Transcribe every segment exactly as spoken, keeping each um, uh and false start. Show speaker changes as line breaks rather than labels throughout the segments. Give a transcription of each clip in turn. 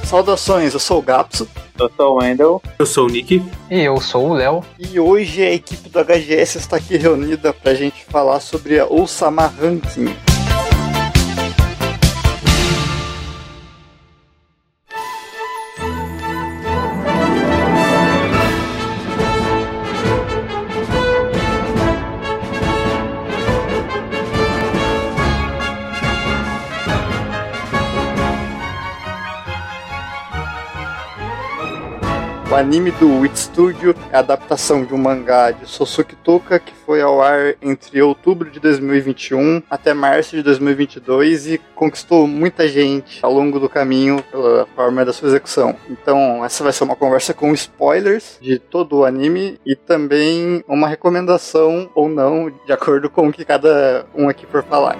Saudações, eu sou o Gapso.
Eu sou o Wendel.
Eu sou o Nick.
E eu sou o Léo.
E hoje a equipe do H G S está aqui reunida pra gente falar sobre a Osama Ranking. O anime do Wit Studio é a adaptação de um mangá de Sosuke Toka que foi ao ar entre outubro de dois mil e vinte e um até março de dois mil e vinte e dois e conquistou muita gente ao longo do caminho pela forma da sua execução. Então essa vai ser uma conversa com spoilers de todo o anime e também uma recomendação ou não, de acordo com o que cada um aqui for falar.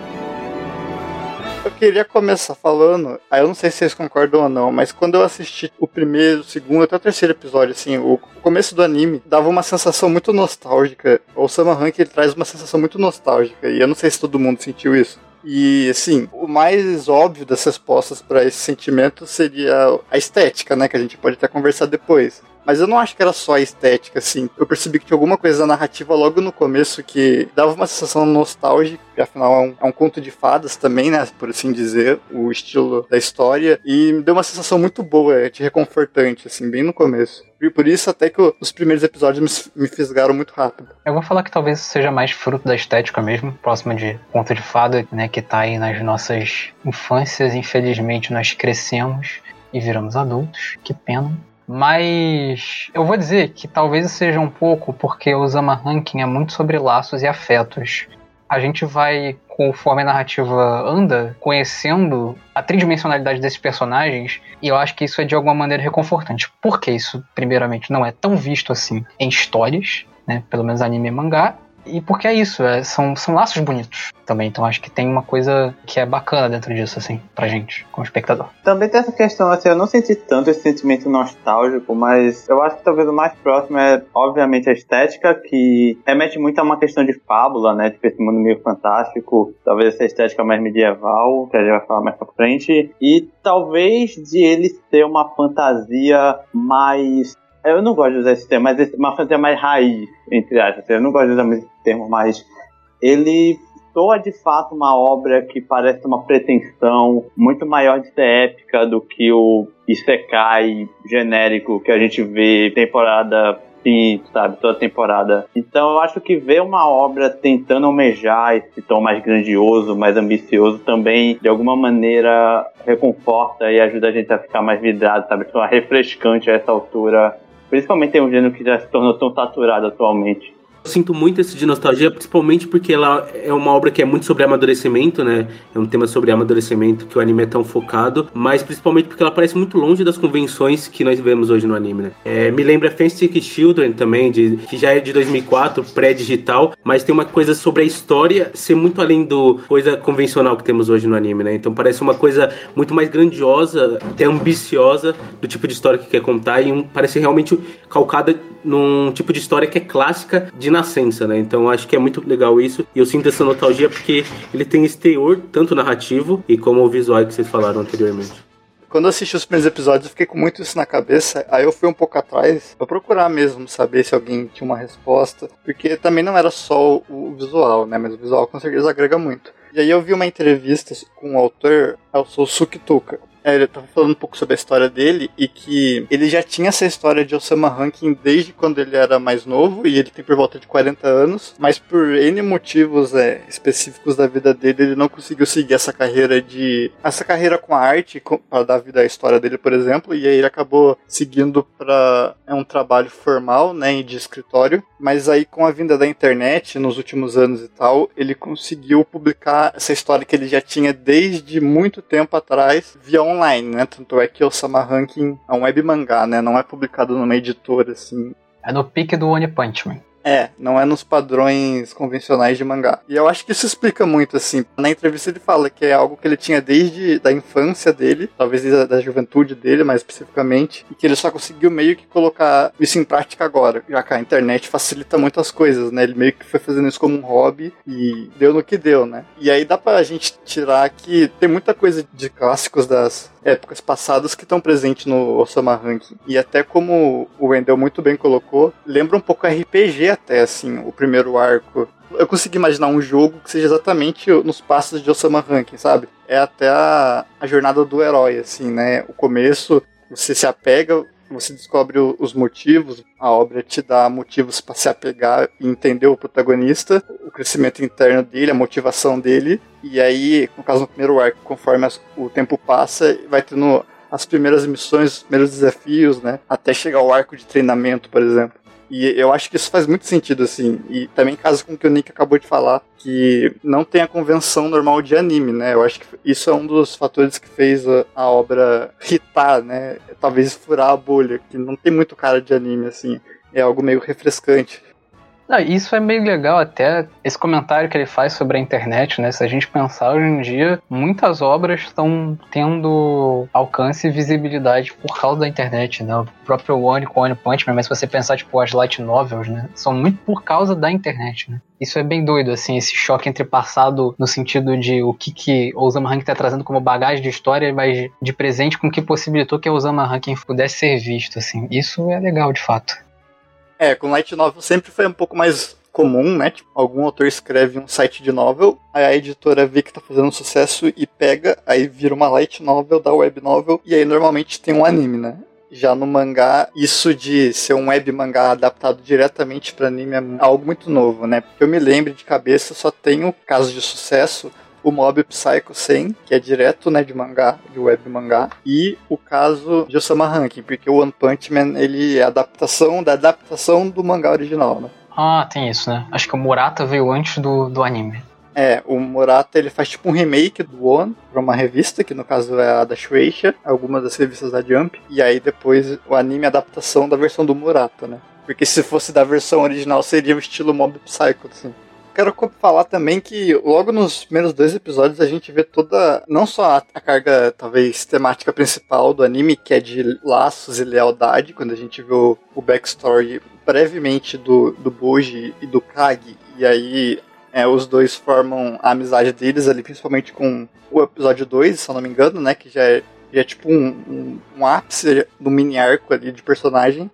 Eu queria começar falando, aí eu não sei se vocês concordam ou não, mas quando eu assisti o primeiro, o segundo, até o terceiro episódio, assim, o começo do anime dava uma sensação muito nostálgica. O Osama Ranking, ele traz uma sensação muito nostálgica, e eu não sei se todo mundo sentiu isso. E, assim, o mais óbvio das respostas para esse sentimento seria a estética, né, que a gente pode até conversar depois. Mas eu não acho que era só a estética, assim. Eu percebi que tinha alguma coisa na narrativa logo no começo que dava uma sensação nostálgica, que afinal é um, é um conto de fadas também, né, por assim dizer, o estilo da história. E me deu uma sensação muito boa, de reconfortante, assim, bem no começo. E por isso até que os primeiros episódios me, me fisgaram muito rápido.
Eu vou falar que talvez seja mais fruto da estética mesmo, próximo de conto de fada, né, que tá aí nas nossas infâncias. Infelizmente nós crescemos e viramos adultos, que pena. Mas eu vou dizer que talvez seja um pouco porque o Osama Ranking é muito sobre laços e afetos. A gente vai, conforme a narrativa anda, conhecendo a tridimensionalidade desses personagens, e eu acho que isso é de alguma maneira reconfortante. Porque isso, primeiramente, não é tão visto assim em histórias, né? Pelo menos anime e mangá. E porque é isso, é, são, são laços bonitos também. Então acho que tem uma coisa que é bacana dentro disso, assim, pra gente, como espectador.
Também tem essa questão, assim, eu não senti tanto esse sentimento nostálgico, mas eu acho que talvez o mais próximo é, obviamente, a estética, que remete muito a uma questão de fábula, né, tipo esse mundo meio fantástico, talvez essa estética mais medieval, que a gente vai falar mais pra frente, e talvez de ele ter uma fantasia mais... Eu não gosto de usar esse termo, mas uma fantasia mais raiz, entre aspas. Eu não gosto de usar esse termo, mas ele soa de fato uma obra que parece uma pretensão muito maior de ser épica do que o Isekai genérico que a gente vê temporada fim, sabe, toda temporada. Então eu acho que ver uma obra tentando almejar esse tom mais grandioso, mais ambicioso, também de alguma maneira reconforta e ajuda a gente a ficar mais vidrado, sabe, é refrescante a essa altura. Principalmente tem um gênero que já se tornou tão saturado atualmente.
Eu sinto muito esse de nostalgia, principalmente porque ela é uma obra que é muito sobre amadurecimento, né? É um tema sobre amadurecimento que o anime é tão focado, mas principalmente porque ela parece muito longe das convenções que nós vemos hoje no anime, né? É, me lembra Fantastic Children também, de, que já é de dois mil e quatro, pré-digital, mas tem uma coisa sobre a história ser muito além do coisa convencional que temos hoje no anime, né? Então parece uma coisa muito mais grandiosa, até ambiciosa do tipo de história que quer contar e um, parece realmente calcada num tipo de história que é clássica de nascença, né? Então acho que é muito legal isso e eu sinto essa nostalgia porque ele tem esse teor tanto narrativo e como o visual que vocês falaram anteriormente.
Quando eu assisti os primeiros episódios eu fiquei com muito isso na cabeça, aí eu fui um pouco atrás pra procurar mesmo saber se alguém tinha uma resposta, porque também não era só o visual, né? Mas o visual com certeza agrega muito. E aí eu vi uma entrevista com o autor, é o Sosuke Toka. É, ele tava falando um pouco sobre a história dele e que ele já tinha essa história de Osama Ranking desde quando ele era mais novo e ele tem por volta de quarenta anos, mas por N motivos é, específicos da vida dele ele não conseguiu seguir essa carreira de essa carreira com a arte para dar vida à história dele, por exemplo, e aí ele acabou seguindo para é um trabalho formal, né, de escritório, mas aí com a vinda da internet nos últimos anos e tal, ele conseguiu publicar essa história que ele já tinha desde muito tempo atrás via online, né? Tanto é que o Osama Ranking é um web mangá, né? Não é publicado numa editora, assim.
É no pique do One Punch Man.
É, não é nos padrões convencionais de mangá. E eu acho que isso explica muito, assim. Na entrevista ele fala que é algo que ele tinha desde da infância dele, talvez desde a da juventude dele, mais especificamente, e que ele só conseguiu meio que colocar isso em prática agora, já que a internet facilita muito as coisas, né? Ele meio que foi fazendo isso como um hobby e deu no que deu, né? E aí dá pra gente tirar que tem muita coisa de clássicos das épocas passadas que estão presentes no Osama Ranking. E até como o Wendel muito bem colocou, lembra um pouco R P G até, assim, o primeiro arco. Eu consegui imaginar um jogo que seja exatamente nos passos de Osama Ranking, sabe? É até a, a jornada do herói, assim, né? O começo, você se apega, você descobre o, os motivos, a obra te dá motivos para se apegar e entender o protagonista, o crescimento interno dele, a motivação dele, e aí, no caso, no primeiro arco, conforme as, o tempo passa, vai tendo as primeiras missões, os primeiros desafios, né? Até chegar ao arco de treinamento, por exemplo. E eu acho que isso faz muito sentido, assim. E também casa com o que o Nick acabou de falar, que não tem a convenção normal de anime, né? Eu acho que isso é um dos fatores que fez a, a obra hitar, né? Talvez furar a bolha, que não tem muito cara de anime, assim. É algo meio refrescante.
Não, isso é meio legal até, esse comentário que ele faz sobre a internet, né? Se a gente pensar hoje em dia, muitas obras estão tendo alcance e visibilidade por causa da internet, né? O próprio One com One Punch Man, mas se você pensar, tipo, as light novels, né? São muito por causa da internet, né? Isso é bem doido, assim, esse choque entre passado no sentido de o que, que o Osama Ranking está trazendo como bagagem de história, mas de presente com o que possibilitou que o Osama Ranking pudesse ser visto, assim. Isso é legal, de fato.
É, com light novel sempre foi um pouco mais comum, né? Tipo, algum autor escreve um site de novel, aí a editora vê que tá fazendo sucesso e pega, aí vira uma light novel, da web novel, e aí normalmente tem um anime, né? Já no mangá, isso de ser um web mangá adaptado diretamente para anime é algo muito novo, né? Porque eu me lembro de cabeça, só tenho casos de sucesso, o Mob Psycho cem, que é direto, né, de mangá, de web mangá, e o caso de Osama Ranking, porque o One Punch Man, ele é adaptação da adaptação do mangá original, né?
Ah, tem isso, né? Acho que o Murata veio antes do, do anime.
É, o Murata, ele faz tipo um remake do One pra uma revista, que no caso é a da Shueisha, algumas das revistas da Jump, e aí depois o anime é a adaptação da versão do Murata, né? Porque se fosse da versão original, seria o estilo Mob Psycho, assim. Quero falar também que logo nos primeiros dois episódios a gente vê toda, não só a, a carga, talvez, temática principal do anime, que é de laços e lealdade, quando a gente vê o, o backstory brevemente do, do Boji e do Kage, e aí é, os dois formam a amizade deles ali, principalmente com o episódio dois, se eu não me engano, né, que já é, já é tipo um, um, um ápice do mini arco ali de personagem,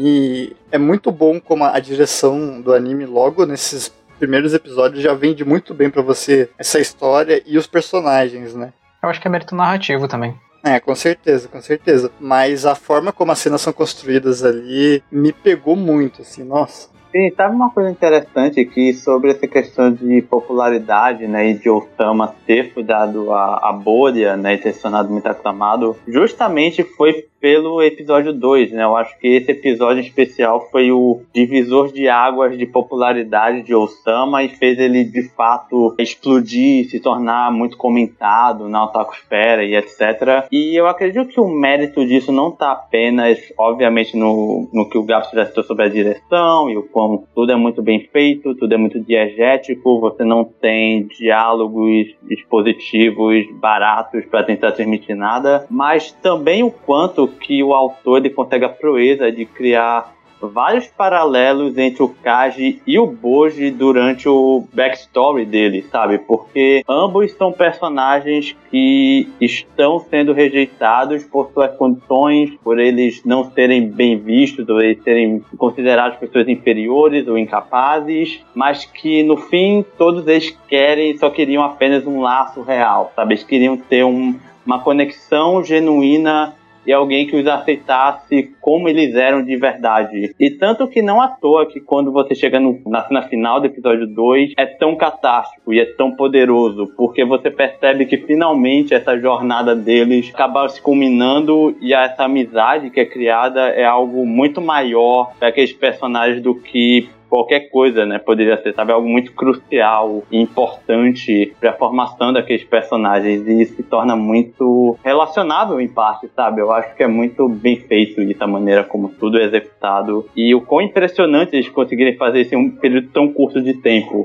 e é muito bom como a, a direção do anime logo nesses primeiros episódios já vende muito bem pra você essa história e os personagens, né?
Eu acho que é mérito narrativo também.
É, com certeza, com certeza. Mas a forma como as cenas são construídas ali me pegou muito, assim, nossa.
Sim, sabe uma coisa interessante aqui sobre essa questão de popularidade, né, e de Osama ter dado a, a bolha, né, e ter se tornado muito aclamado, justamente foi pelo episódio dois, né, eu acho que esse episódio em especial foi o divisor de águas de popularidade de Osama e fez ele, de fato, explodir, se tornar muito comentado na otakosfera e etcétera. E eu acredito que o mérito disso não está apenas, obviamente, no, no que o Gabs já citou sobre a direção e o como tudo é muito bem feito, tudo é muito diegético, você não tem diálogos expositivos baratos para tentar transmitir nada, mas também o quanto que o autor ele consegue a proeza de criar vários paralelos entre o Kage e o Boji durante o backstory dele, sabe? Porque ambos são personagens que estão sendo rejeitados por suas condições, por eles não serem bem vistos, ou eles serem considerados pessoas inferiores ou incapazes, mas que no fim todos eles querem, só queriam apenas um laço real, sabe? Eles queriam ter um, uma conexão genuína e alguém que os aceitasse como eles eram de verdade. E tanto que não à toa que quando você chega no, na cena final do episódio dois, é tão catártico e é tão poderoso, porque você percebe que finalmente essa jornada deles acaba se culminando e essa amizade que é criada é algo muito maior para aqueles personagens do que qualquer coisa, né, poderia ser, sabe, algo muito crucial e importante para a formação daqueles personagens e se torna muito relacionável em parte, sabe, eu acho que é muito bem feito isso, a maneira como tudo é executado e o quão impressionante eles conseguirem fazer isso em um período tão curto de tempo.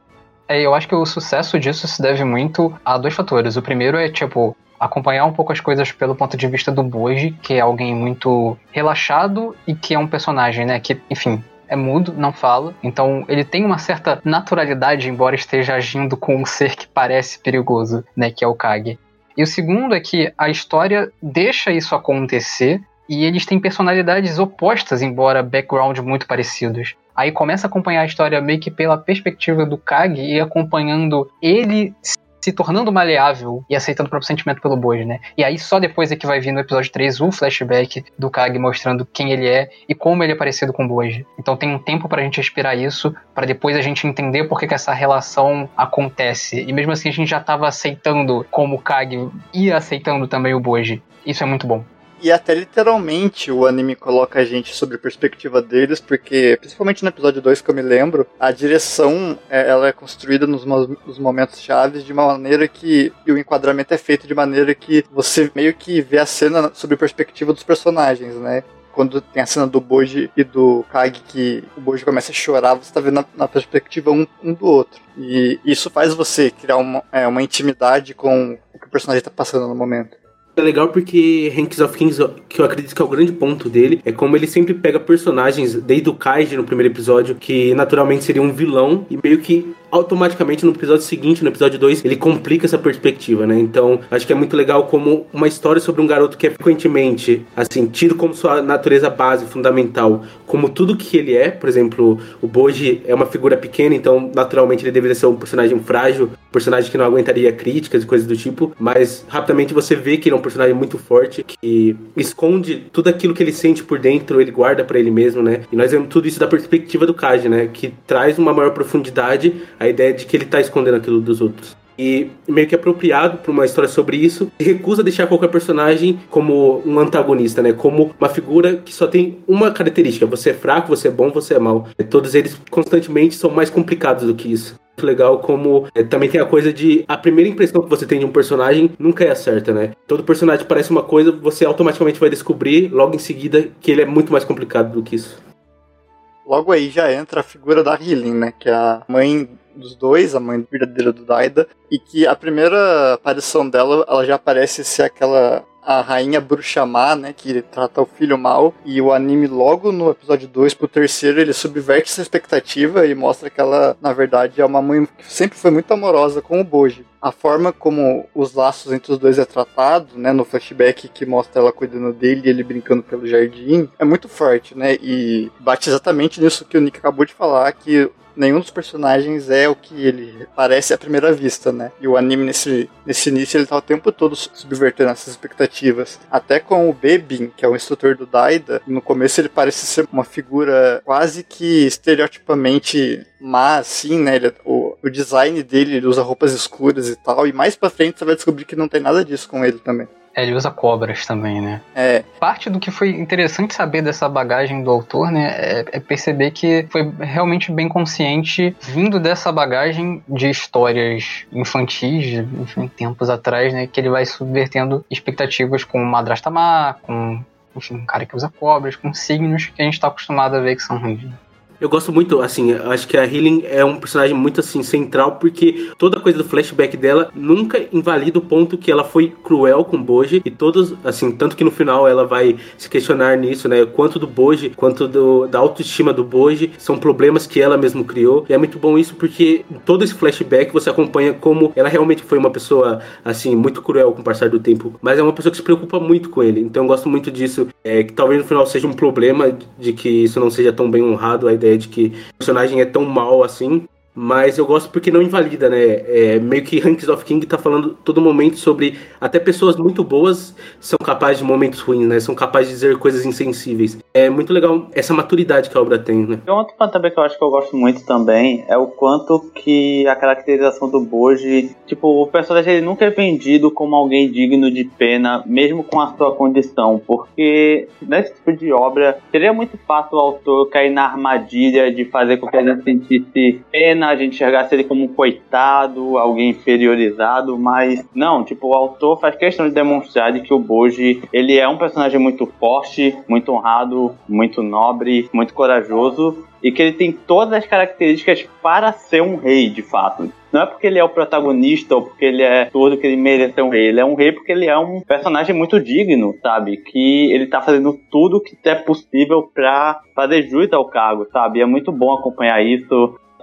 É, eu acho que o sucesso disso se deve muito a dois fatores. O primeiro é, tipo, acompanhar um pouco as coisas pelo ponto de vista do Boji, que é alguém muito relaxado e que é um personagem, né, que, enfim, é mudo, não fala, então ele tem uma certa naturalidade, embora esteja agindo com um ser que parece perigoso, né, que é o Kage. E o segundo é que a história deixa isso acontecer e eles têm personalidades opostas, embora background muito parecidos. Aí começa a acompanhar a história meio que pela perspectiva do Kage e acompanhando ele se tornando maleável e aceitando o próprio sentimento pelo Boji, né? E aí só depois é que vai vir no episódio três o flashback do Kage mostrando quem ele é e como ele é parecido com o Boji. Então tem um tempo pra gente respirar isso, pra depois a gente entender por que, que essa relação acontece. E mesmo assim a gente já tava aceitando como o Kage ia aceitando também o Boji. Isso é muito bom.
E até literalmente o anime coloca a gente sobre a perspectiva deles, porque, principalmente no episódio dois que eu me lembro, a direção é, ela é construída nos, nos momentos chaves de uma maneira que, e o enquadramento é feito de maneira que você meio que vê a cena sob a perspectiva dos personagens, né? Quando tem a cena do Boji e do Kage que o Boji começa a chorar, você tá vendo na, na perspectiva um, um do outro. E isso faz você criar uma, é, uma intimidade com o que o personagem tá passando no momento.
É legal porque Ranks of Kings, que eu acredito que é o grande ponto dele, é como ele sempre pega personagens, desde o Kaiji no primeiro episódio, que naturalmente seria um vilão, e meio que automaticamente no episódio seguinte, no episódio dois, ele complica essa perspectiva, né? Então, acho que é muito legal como uma história sobre um garoto que é frequentemente, assim, tido como sua natureza base, fundamental, como tudo que ele é. Por exemplo, o Boji é uma figura pequena, então naturalmente ele deveria ser um personagem frágil, um personagem que não aguentaria críticas e coisas do tipo, mas rapidamente você vê que ele é um personagem muito forte, que esconde tudo aquilo que ele sente por dentro, ele guarda pra ele mesmo, né? E nós vemos tudo isso da perspectiva do Kaji, né? Que traz uma maior profundidade a ideia de que ele tá escondendo aquilo dos outros. E meio que apropriado pra uma história sobre isso, e recusa deixar qualquer personagem como um antagonista, né? Como uma figura que só tem uma característica: você é fraco, você é bom, você é mau. Todos eles constantemente são mais complicados do que isso. Muito legal como é, também tem a coisa de a primeira impressão que você tem de um personagem nunca é a certa, né? Todo personagem parece uma coisa, você automaticamente vai descobrir logo em seguida que ele é muito mais complicado do que isso.
Logo aí já entra a figura da Hylian, né? Que é a mãe dos dois, a mãe verdadeira do Daida, e que a primeira aparição dela, ela já parece ser aquela a rainha bruxa má, né, que trata o filho mal, e o anime logo no episódio dois pro terceiro, ele subverte essa expectativa e mostra que ela, na verdade, é uma mãe que sempre foi muito amorosa com o Boji. A forma como os laços entre os dois é tratado, né, no flashback que mostra ela cuidando dele e ele brincando pelo jardim, é muito forte, né, e bate exatamente nisso que o Nick acabou de falar, que nenhum dos personagens é o que ele parece à primeira vista, né? E o anime, nesse, nesse início, ele tá o tempo todo subvertendo essas expectativas. Até com o Bebin, que é o instrutor do Daida, no começo ele parece ser uma figura quase que estereotipamente má, assim, né? Ele, o, o design dele, ele usa roupas escuras e tal, e mais pra frente você vai descobrir que não tem nada disso com ele também.
É, ele usa cobras também, né?
É.
Parte do que foi interessante saber dessa bagagem do autor, né, é, é perceber que foi realmente bem consciente, vindo dessa bagagem de histórias infantis, enfim, tempos atrás, né, que ele vai subvertendo expectativas com madrasta má, com, enfim, um cara que usa cobras, com signos que a gente tá acostumado a ver que são ruins.
Eu gosto muito, assim, acho que a Hylian é um personagem muito, assim, central, porque toda coisa do flashback dela nunca invalida o ponto que ela foi cruel com o Boji, e todos, assim, tanto que no final ela vai se questionar nisso, né, quanto do Boji, quanto do, da autoestima do Boji, são problemas que ela mesma criou, e é muito bom isso porque em todo esse flashback você acompanha como ela realmente foi uma pessoa, assim, muito cruel com o passar do tempo, mas é uma pessoa que se preocupa muito com ele, então eu gosto muito disso, é, que talvez no final seja um problema de que isso não seja tão bem honrado, a ideia de que o personagem é tão mal assim, mas eu gosto porque não invalida, né? É, meio que Ranks of King tá falando todo momento sobre até pessoas muito boas são capazes de momentos ruins, né? São capazes de dizer coisas insensíveis. É muito legal essa maturidade que a obra tem, né?
E um outro ponto também que eu acho que eu gosto muito também é o quanto que a caracterização do Boji, tipo, o personagem ele nunca é vendido como alguém digno de pena, mesmo com a sua condição, porque nesse tipo de obra seria muito fácil o autor cair na armadilha de fazer com que a gente sentisse pena, a gente enxergasse ele como um coitado, alguém inferiorizado, mas não, tipo, o autor faz questão de demonstrar de que o Boji, ele é um personagem muito forte, muito honrado, muito nobre, muito corajoso, e que ele tem todas as características para ser um rei, de fato. Não é porque ele é o protagonista ou porque ele é tudo que ele merece ser um rei. Ele é um rei porque ele é um personagem muito digno, sabe? Que ele tá fazendo tudo que é possível pra fazer jus ao cargo, sabe? É muito bom acompanhar isso.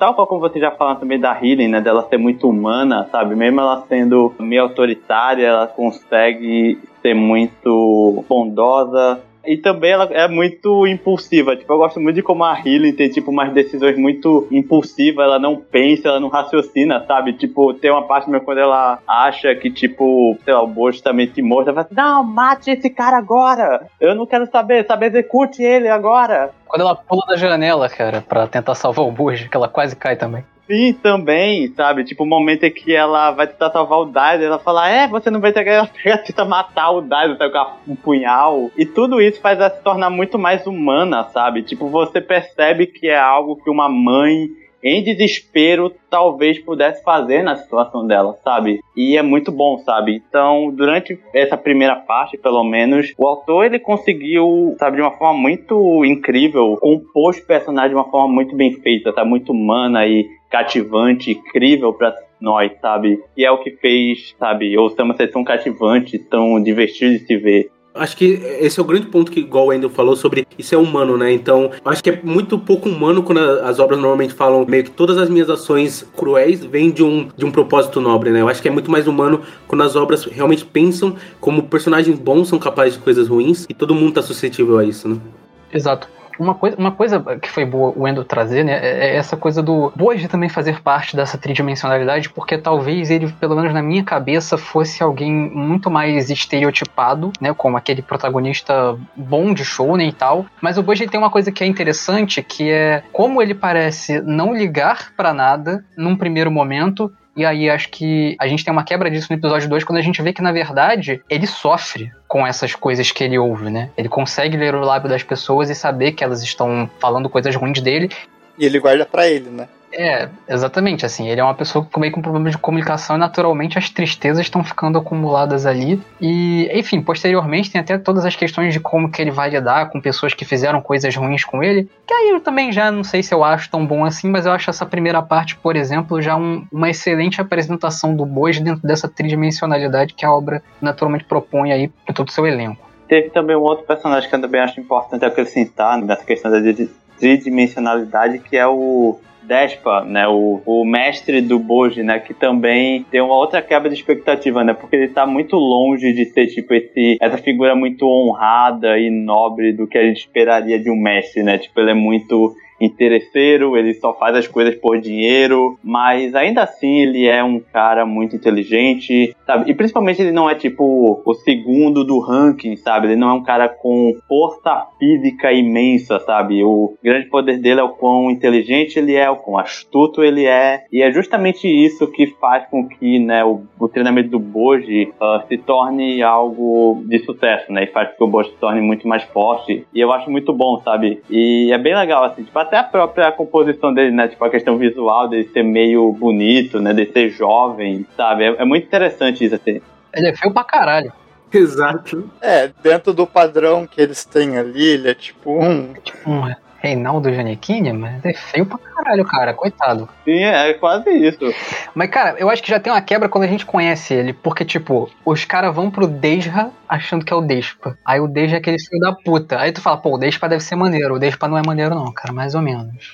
tal qual como você já falou também da Healing, né, dela ser muito humana, sabe, mesmo ela sendo meio autoritária, ela consegue ser muito bondosa. E também ela é muito impulsiva. Tipo, eu gosto muito de como a Healing tem, tipo, umas decisões muito impulsivas. Ela não pensa, ela não raciocina, sabe? Tipo, tem uma parte mesmo quando ela acha que, tipo, sei lá, o Bojo também se mostra. Ela fala assim, não, mate esse cara agora. Eu não quero saber, sabe? Execute ele agora.
Quando ela pula da janela, cara, pra tentar salvar o Bojo, que ela quase cai também.
Sim, também, sabe? Tipo, o momento em que ela vai tentar salvar o Daido, ela fala, é, você não vai ter que... Ela tenta matar o Daido, tá com um punhal. E tudo isso faz ela se tornar muito mais humana, sabe? Tipo, você percebe que é algo que uma mãe, em desespero, talvez pudesse fazer na situação dela, sabe? E é muito bom, sabe? Então, durante essa primeira parte, pelo menos, o autor, ele conseguiu, sabe, de uma forma muito incrível, compor os personagens de uma forma muito bem feita, tá? Muito humana e cativante, incrível pra nós, sabe? E é o que fez, sabe, Osama ser tão cativante, tão divertido de se ver.
Acho que esse é o grande ponto que, igual o Wendel falou, sobre isso é humano, né? Então, acho que é muito pouco humano quando as obras normalmente falam meio que todas as minhas ações cruéis vêm de um, de um propósito nobre, né? Eu acho que é muito mais humano quando as obras realmente pensam como personagens bons são capazes de coisas ruins e todo mundo tá suscetível a isso, né?
Exato. Uma coisa, uma coisa que foi boa o Wendel trazer, né, é essa coisa do Boji também fazer parte dessa tridimensionalidade, porque talvez ele, pelo menos na minha cabeça, fosse alguém muito mais estereotipado, né, como aquele protagonista bom de shounen e tal, mas o Boji tem uma coisa que é interessante, que é como ele parece não ligar pra nada num primeiro momento. E aí acho que a gente tem uma quebra disso no episódio dois, quando a gente vê que, na verdade, ele sofre com essas coisas que ele ouve, né? Ele consegue ler o lábio das pessoas e saber que elas estão falando coisas ruins dele.
E ele guarda pra ele, né?
É, exatamente, assim, ele é uma pessoa com meio com problema de comunicação e naturalmente as tristezas estão ficando acumuladas ali. E, enfim, posteriormente tem até todas as questões de como que ele vai lidar com pessoas que fizeram coisas ruins com ele, que aí eu também já não sei se eu acho tão bom assim, mas eu acho essa primeira parte, por exemplo, já um, uma excelente apresentação do Boji dentro dessa tridimensionalidade que a obra naturalmente propõe aí para todo o seu elenco.
Teve também um outro personagem que eu também acho importante acrescentar nessa questão da tridimensionalidade, que é o Despa, né, o, o mestre do Boji, né, que também tem uma outra quebra de expectativa, né, porque ele tá muito longe de ser, tipo, esse, essa figura muito honrada e nobre do que a gente esperaria de um mestre, né, tipo, ele é muito interesseiro, ele só faz as coisas por dinheiro, mas ainda assim ele é um cara muito inteligente, sabe? E principalmente ele não é tipo o segundo do ranking, sabe? Ele não é um cara com força física imensa, sabe? O grande poder dele é o quão inteligente ele é, o quão astuto ele é, e é justamente isso que faz com que, né, o, o treinamento do Boji uh, se torne algo de sucesso, né? E faz com que o Boji se torne muito mais forte, e eu acho muito bom, sabe? E é bem legal, assim, tipo, até a própria composição dele, né? Tipo, a questão visual dele ser meio bonito, né? De ser jovem, sabe? É, é muito interessante isso, assim.
Ele é feio pra caralho.
Exato.
É, dentro do padrão que eles têm ali, ele é tipo um...
Tipo um Reinaldo Giannichini, mas é feio pra caralho, cara, coitado.
Sim, é quase isso.
Mas, cara, eu acho que já tem uma quebra quando a gente conhece ele, porque, tipo, os caras vão pro Desha achando que é o Despa. Aí o Desha é aquele filho da puta. Aí tu fala, pô, o Despa deve ser maneiro. O Despa não é maneiro não, cara, mais ou menos.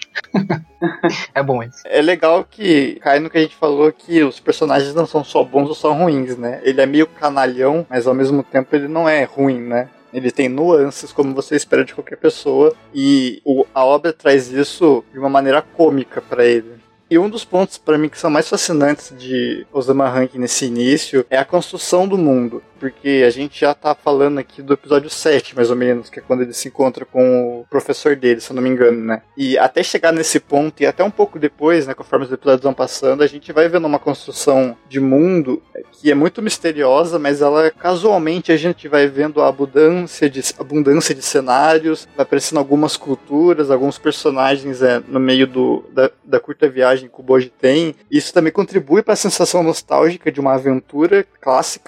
É bom isso.
É legal que cai no que a gente falou, que os personagens não são só bons ou só ruins, né? Ele é meio canalhão, mas ao mesmo tempo ele não é ruim, né? Ele tem nuances, como você espera de qualquer pessoa, e o, a obra traz isso de uma maneira cômica pra ele. E um dos pontos para mim que são mais fascinantes de Osama Rankin nesse início é a construção do mundo, porque a gente já tá falando aqui do episódio sete, mais ou menos, que é quando ele se encontra com o professor dele, se eu não me engano, né? E até chegar nesse ponto, e até um pouco depois, né, conforme os episódios vão passando, a gente vai vendo uma construção de mundo que é muito misteriosa, mas ela, casualmente, a gente vai vendo a abundância de, abundância de cenários, vai aparecendo algumas culturas, alguns personagens é, no meio do, da, da curta viagem que o Boji tem. Isso também contribui para a sensação nostálgica de uma aventura clássica.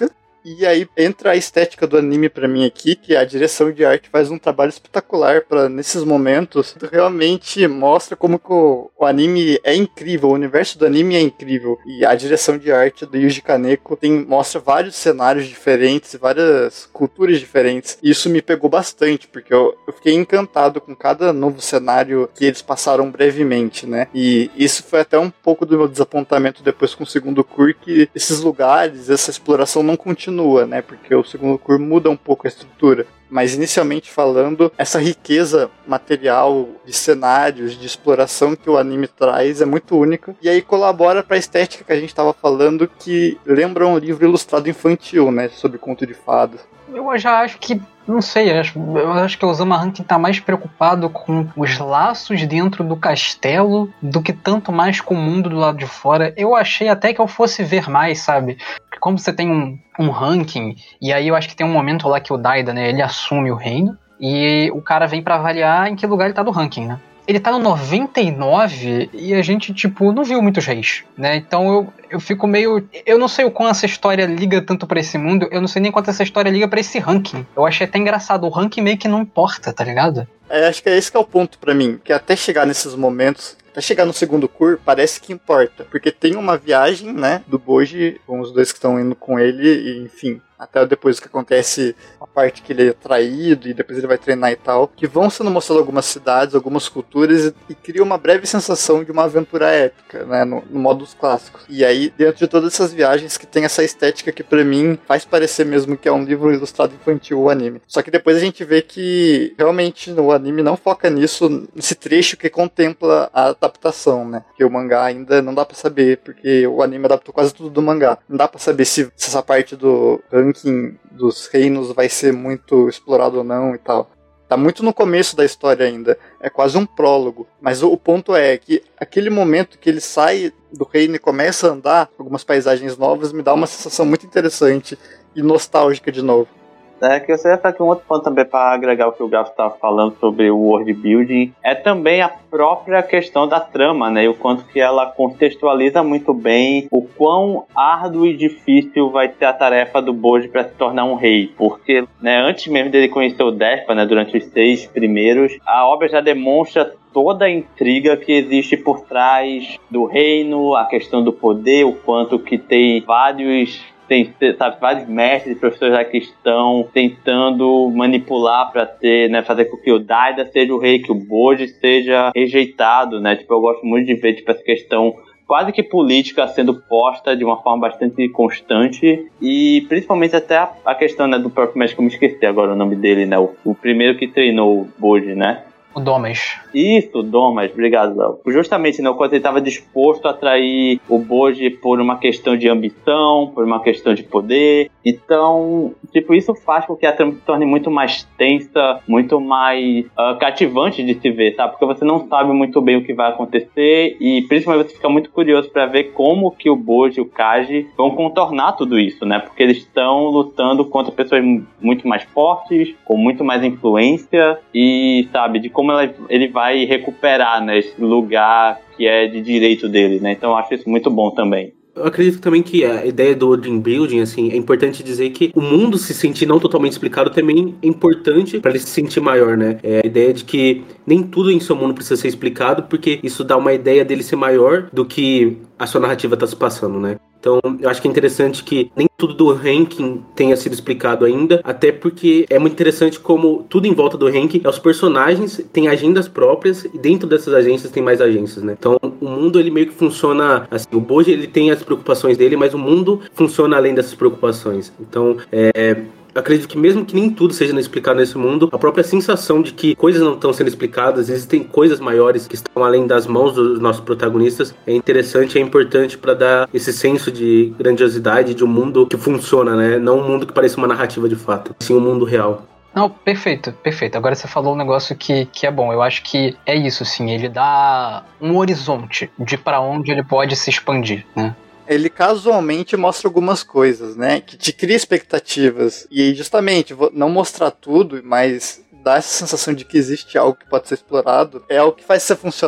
E aí entra a estética do anime pra mim aqui, que a direção de arte faz um trabalho espetacular pra, nesses momentos, realmente mostra como que o, o anime é incrível, o universo do anime é incrível. E a direção de arte do Yuji Kaneko tem, mostra vários cenários diferentes, várias culturas diferentes. E isso me pegou bastante, porque eu, eu fiquei encantado com cada novo cenário que eles passaram brevemente, né? E isso foi até um pouco do meu desapontamento depois com o segundo Cour, que esses lugares, essa exploração não continua, né? Porque o segundo Cour muda um pouco a estrutura. Mas inicialmente falando, essa riqueza material de cenários, de exploração que o anime traz é muito única. E aí colabora para a estética que a gente estava falando, que lembra um livro ilustrado infantil, né? Sobre conto de fadas.
Eu já acho que, não sei, eu acho, eu acho que o Osama Rankin tá mais preocupado com os laços dentro do castelo do que tanto mais com o mundo do lado de fora. Eu achei até que eu fosse ver mais, sabe? Porque como você tem um, um ranking, e aí eu acho que tem um momento lá que o Daida, né, ele assume o reino, e o cara vem pra avaliar em que lugar ele tá do ranking, né? Ele tá no noventa e nove e a gente, tipo, não viu muitos reis, né? Então eu, eu fico meio... Eu não sei o quanto essa história liga tanto pra esse mundo, eu não sei nem quanto essa história liga pra esse ranking. Eu achei até engraçado, o ranking meio que não importa, tá ligado?
É, acho que é esse que é o ponto pra mim, que até chegar nesses momentos, até chegar no segundo Cour, parece que importa. Porque tem uma viagem, né, do Boji, com os dois que estão indo com ele, e enfim... Até depois que acontece a parte que ele é traído e depois ele vai treinar e tal, que vão sendo mostradas algumas cidades, algumas culturas e, e cria uma breve sensação de uma aventura épica, né, no, no modo dos clássicos. E aí, dentro de todas essas viagens que tem essa estética que pra mim faz parecer mesmo que é um livro ilustrado infantil, o anime. Só que depois a gente vê que realmente o anime não foca nisso, nesse trecho que contempla a adaptação, né, que o mangá ainda não dá pra saber, porque o anime adaptou quase tudo do mangá. Não dá pra saber se, se essa parte do ranking dos reinos vai ser muito explorado ou não e tal. Tá muito no começo da história ainda. É quase um prólogo. Mas o, o ponto é que aquele momento que ele sai do reino e começa a andar algumas paisagens novas me dá uma sensação muito interessante e nostálgica de novo.
É, que você ia falar que um outro ponto também para agregar o que o Gafo estava falando sobre o world building é também a própria questão da trama, né? E o quanto que ela contextualiza muito bem o quão árduo e difícil vai ser a tarefa do Boji para se tornar um rei. Porque, né, antes mesmo dele conhecer o Despa, né, durante os seis primeiros, a obra já demonstra toda a intriga que existe por trás do reino, a questão do poder, o quanto que tem vários... Tem, sabe, vários mestres e professores lá que estão tentando manipular para ter, né, fazer com que o Daida seja o rei, que o Boji seja rejeitado, né? Tipo, eu gosto muito de ver, tipo, essa questão quase que política sendo posta de uma forma bastante constante e principalmente até a, a questão, né, do próprio mestre, que eu me esqueci agora o nome dele, né? O, o primeiro que treinou o Boji, né?
O Domas.
Isso, Domas, obrigado, Léo. Justamente, né, o quanto ele estava disposto a atrair o Boji por uma questão de ambição, por uma questão de poder. Então, tipo, isso faz com que a trama se torne muito mais tensa, muito mais uh, cativante de se ver, tá? Porque você não sabe muito bem o que vai acontecer e principalmente você fica muito curioso para ver como que o Boji e o Kaji vão contornar tudo isso, né? Porque eles estão lutando contra pessoas muito mais fortes, com muito mais influência e, sabe, de como ela, ele vai recuperar, né, esse lugar que é de direito dele, né? Então eu acho isso muito bom também.
Eu acredito também que a ideia do world building, assim, é importante dizer que o mundo se sentir não totalmente explicado também é importante para ele se sentir maior, né? É a ideia de que nem tudo em seu mundo precisa ser explicado, porque isso dá uma ideia dele ser maior do que a sua narrativa está se passando, né? Então, eu acho que é interessante que nem tudo do ranking tenha sido explicado ainda, até porque é muito interessante como tudo em volta do ranking é os personagens têm agendas próprias e dentro dessas agências tem mais agências, né? Então, o mundo, ele meio que funciona assim, o Boji, ele tem as preocupações dele, mas o mundo funciona além dessas preocupações. Então, é... eu acredito que mesmo que nem tudo seja explicado nesse mundo, a própria sensação de que coisas não estão sendo explicadas, existem coisas maiores que estão além das mãos dos nossos protagonistas, é interessante, é importante para dar esse senso de grandiosidade de um mundo que funciona, né? Não um mundo que pareça uma narrativa de fato, sim um mundo real.
Não, perfeito, perfeito. Agora você falou um negócio que, que é bom. Eu acho que é isso, sim. Ele dá um horizonte de para onde ele pode se expandir, né?
Ele casualmente mostra algumas coisas, né? Que te cria expectativas. E justamente, não mostrar tudo, mas dar essa sensação de que existe algo que pode ser explorado, é algo que faz ser funcional.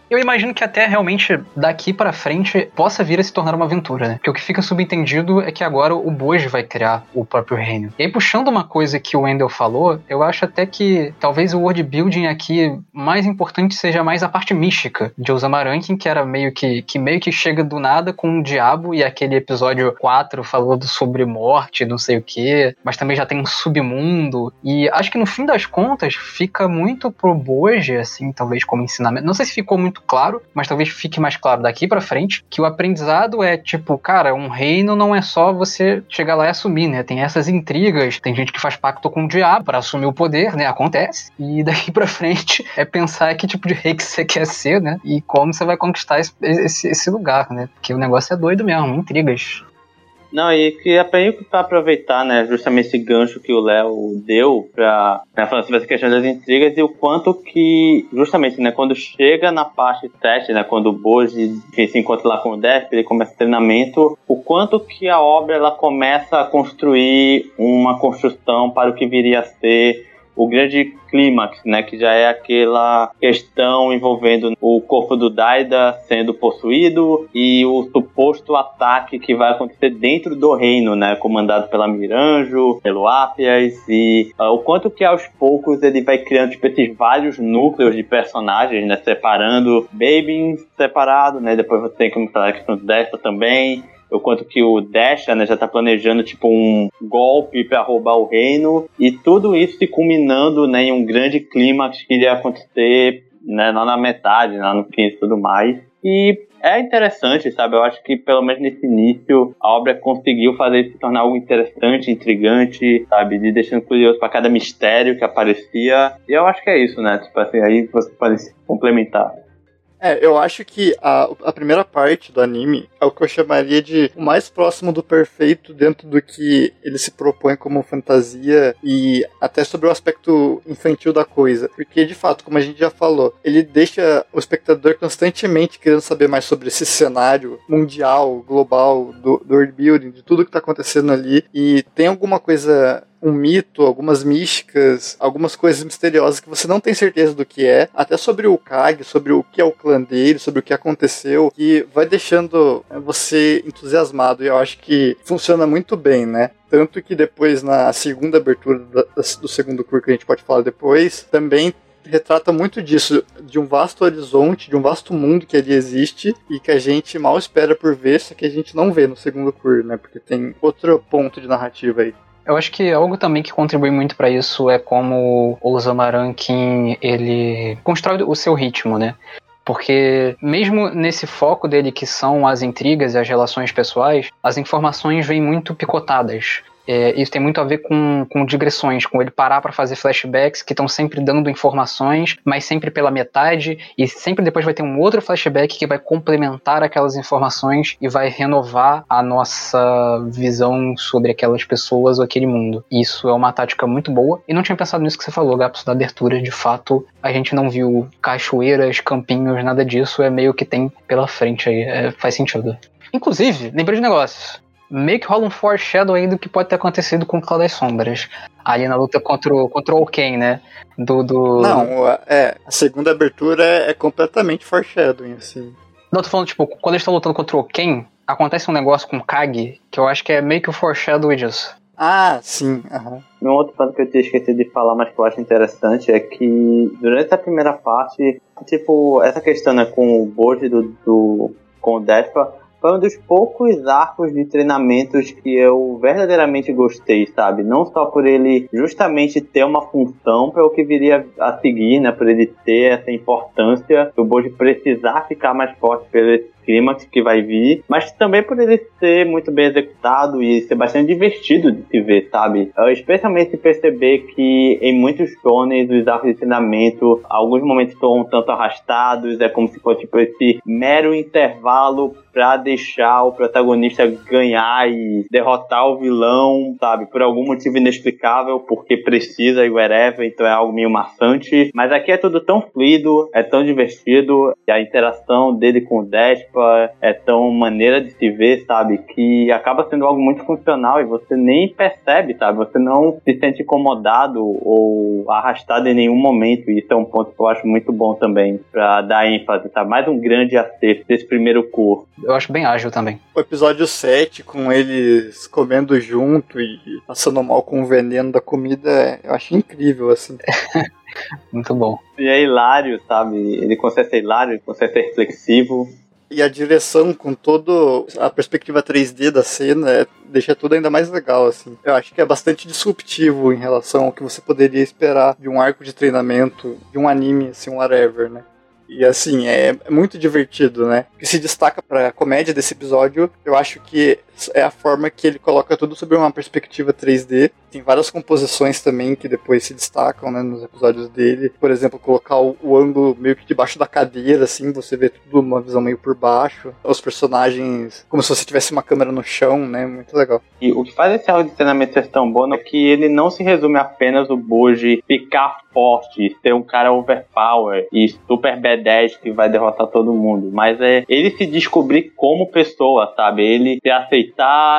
Eu imagino que até realmente daqui pra frente possa vir a se tornar uma aventura, né? Porque o que fica subentendido é que agora o Bojji vai criar o próprio reino. E aí, puxando uma coisa que o Wendell falou, eu acho até que talvez o world building aqui mais importante seja mais a parte mística de Osama Rankin, que era meio que, que meio que chega do nada com o diabo, e aquele episódio quatro falou sobre morte, não sei o que, mas também já tem um submundo, e acho que no fim das contas fica muito pro Bojji, assim, talvez como ensinamento, não sei se ficou muito claro, mas talvez fique mais claro daqui pra frente, que o aprendizado é tipo, cara, um reino não é só você chegar lá e assumir, né, tem essas intrigas, tem gente que faz pacto com o diabo pra assumir o poder, né, acontece, e daqui pra frente é pensar que tipo de rei que você quer ser, né, e como você vai conquistar esse, esse, esse lugar, né, porque o negócio é doido mesmo, intrigas.
Não, e que aprendi pra aproveitar, né, justamente esse gancho que o Léo deu pra, né, falando sobre essa questão das intrigas e o quanto que, justamente, né, quando chega na parte teste, né, quando o Bojji se encontra lá com o Desp, ele começa o treinamento, o quanto que a obra, ela começa a construir uma construção para o que viria a ser o grande clímax, né, que já é aquela questão envolvendo o corpo do Daida sendo possuído e o suposto ataque que vai acontecer dentro do reino, né, comandado pela Miranjo, pelo Appias, e uh, o quanto que aos poucos ele vai criando tipo, esses vários núcleos de personagens, né, separando Babin separado, né, depois você tem que mostrar a questão do Despa também, o quanto que o Desha, né, já tá planejando tipo um golpe para roubar o reino, e tudo isso se culminando, né, em um grande clímax que iria acontecer, né, lá na metade, lá no fim e tudo mais. E é interessante, sabe? Eu acho que pelo menos nesse início a obra conseguiu fazer isso se tornar algo interessante, intrigante, sabe? De deixando curioso para cada mistério que aparecia. E eu acho que é isso, né? Tipo assim, aí você pode se complementar.
É, eu acho que a, a primeira parte do anime é o que eu chamaria de o mais próximo do perfeito dentro do que ele se propõe como fantasia e até sobre o aspecto infantil da coisa. Porque, de fato, como a gente já falou, ele deixa o espectador constantemente querendo saber mais sobre esse cenário mundial, global, do, do world building, de tudo que está acontecendo ali. E tem alguma coisa... um mito, algumas místicas, algumas coisas misteriosas que você não tem certeza do que é, até sobre o Kage, sobre o que é o clã dele, sobre o que aconteceu, que vai deixando você entusiasmado, e eu acho que funciona muito bem, né? Tanto que depois, na segunda abertura do segundo curso, que a gente pode falar depois, também retrata muito disso, de um vasto horizonte, de um vasto mundo que ali existe e que a gente mal espera por ver, só que a gente não vê no segundo curso, né? Porque tem outro ponto de narrativa aí.
Eu acho que algo também que contribui muito para isso é como o Osama Rankin, ele constrói o seu ritmo, né? Porque mesmo nesse foco dele que são as intrigas e as relações pessoais, as informações vêm muito picotadas. É, isso tem muito a ver com, com digressões, com ele parar para fazer flashbacks que estão sempre dando informações, mas sempre pela metade, e sempre depois vai ter um outro flashback que vai complementar aquelas informações e vai renovar a nossa visão sobre aquelas pessoas ou aquele mundo. Isso é uma tática muito boa, e não tinha pensado nisso que você falou, Gapos, da abertura. De fato, a gente não viu cachoeiras, campinhos, nada disso, é meio que tem pela frente aí, é, faz sentido. Inclusive, lembrei de negócio. Meio que rola um foreshadowing do que pode ter acontecido com o Clã das Sombras. Ali na luta contra o, contra o Oken, né? Do, do...
Não, é, a segunda abertura é, é completamente foreshadowing, assim.
Não, tô falando, tipo, quando eles estão lutando contra o Oken, acontece um negócio com o Kage, que eu acho que é meio que o foreshadowing disso.
Ah, sim, aham.
Um outro ponto que eu tinha esquecido de falar, mas que eu acho interessante, é que durante a primeira parte, tipo, essa questão, né, com o Bojji do, do, com o Despa, foi um dos poucos arcos de treinamentos que eu verdadeiramente gostei, sabe? Não só por ele justamente ter uma função para o que viria a seguir, né? Por ele ter essa importância, o Bojji precisar ficar mais forte pelo esse clímax que vai vir, mas também por ele ser muito bem executado e ser bastante divertido de se ver, sabe? Eu, especialmente se perceber que em muitos shonens os arcos de treinamento, alguns momentos estão um tanto arrastados, é como se fosse tipo, esse mero intervalo pra deixar o protagonista ganhar e derrotar o vilão, sabe? Por algum motivo inexplicável, porque precisa e whatever, então é algo meio maçante. Mas aqui é tudo tão fluido, é tão divertido, e a interação dele com o Despa, Despa é tão maneira de se ver, sabe? Que acaba sendo algo muito funcional e você nem percebe, sabe? Você não se sente incomodado ou arrastado em nenhum momento. E isso é um ponto que eu acho muito bom também, pra dar ênfase, sabe? Mais um grande acerto desse primeiro curso.
Eu acho bem ágil também.
O episódio sete, com eles comendo junto e passando mal com o veneno da comida, eu acho incrível, assim.
Muito bom.
E é hilário, sabe? Ele consegue ser hilário, ele consegue ser reflexivo.
E a direção, com toda a perspectiva três D da cena, é, deixa tudo ainda mais legal, assim. Eu acho que é bastante disruptivo em relação ao que você poderia esperar de um arco de treinamento, de um anime, assim, um whatever, né? E assim, é muito divertido, né? O que se destaca pra comédia desse episódio, eu acho que é a forma que ele coloca tudo sobre uma perspectiva três D. Tem várias composições também que depois se destacam, né, nos episódios dele. Por exemplo, colocar o, o ângulo meio que debaixo da cadeira, assim, você vê tudo numa visão meio por baixo. Os personagens como se você tivesse uma câmera no chão, né? Muito legal.
E o que faz esse áudio de treinamento ser tão bom é que ele não se resume apenas o Boji ficar forte, ser um cara overpower e super B dez que vai derrotar todo mundo. Mas é ele se descobrir como pessoa, sabe? Ele se aceitar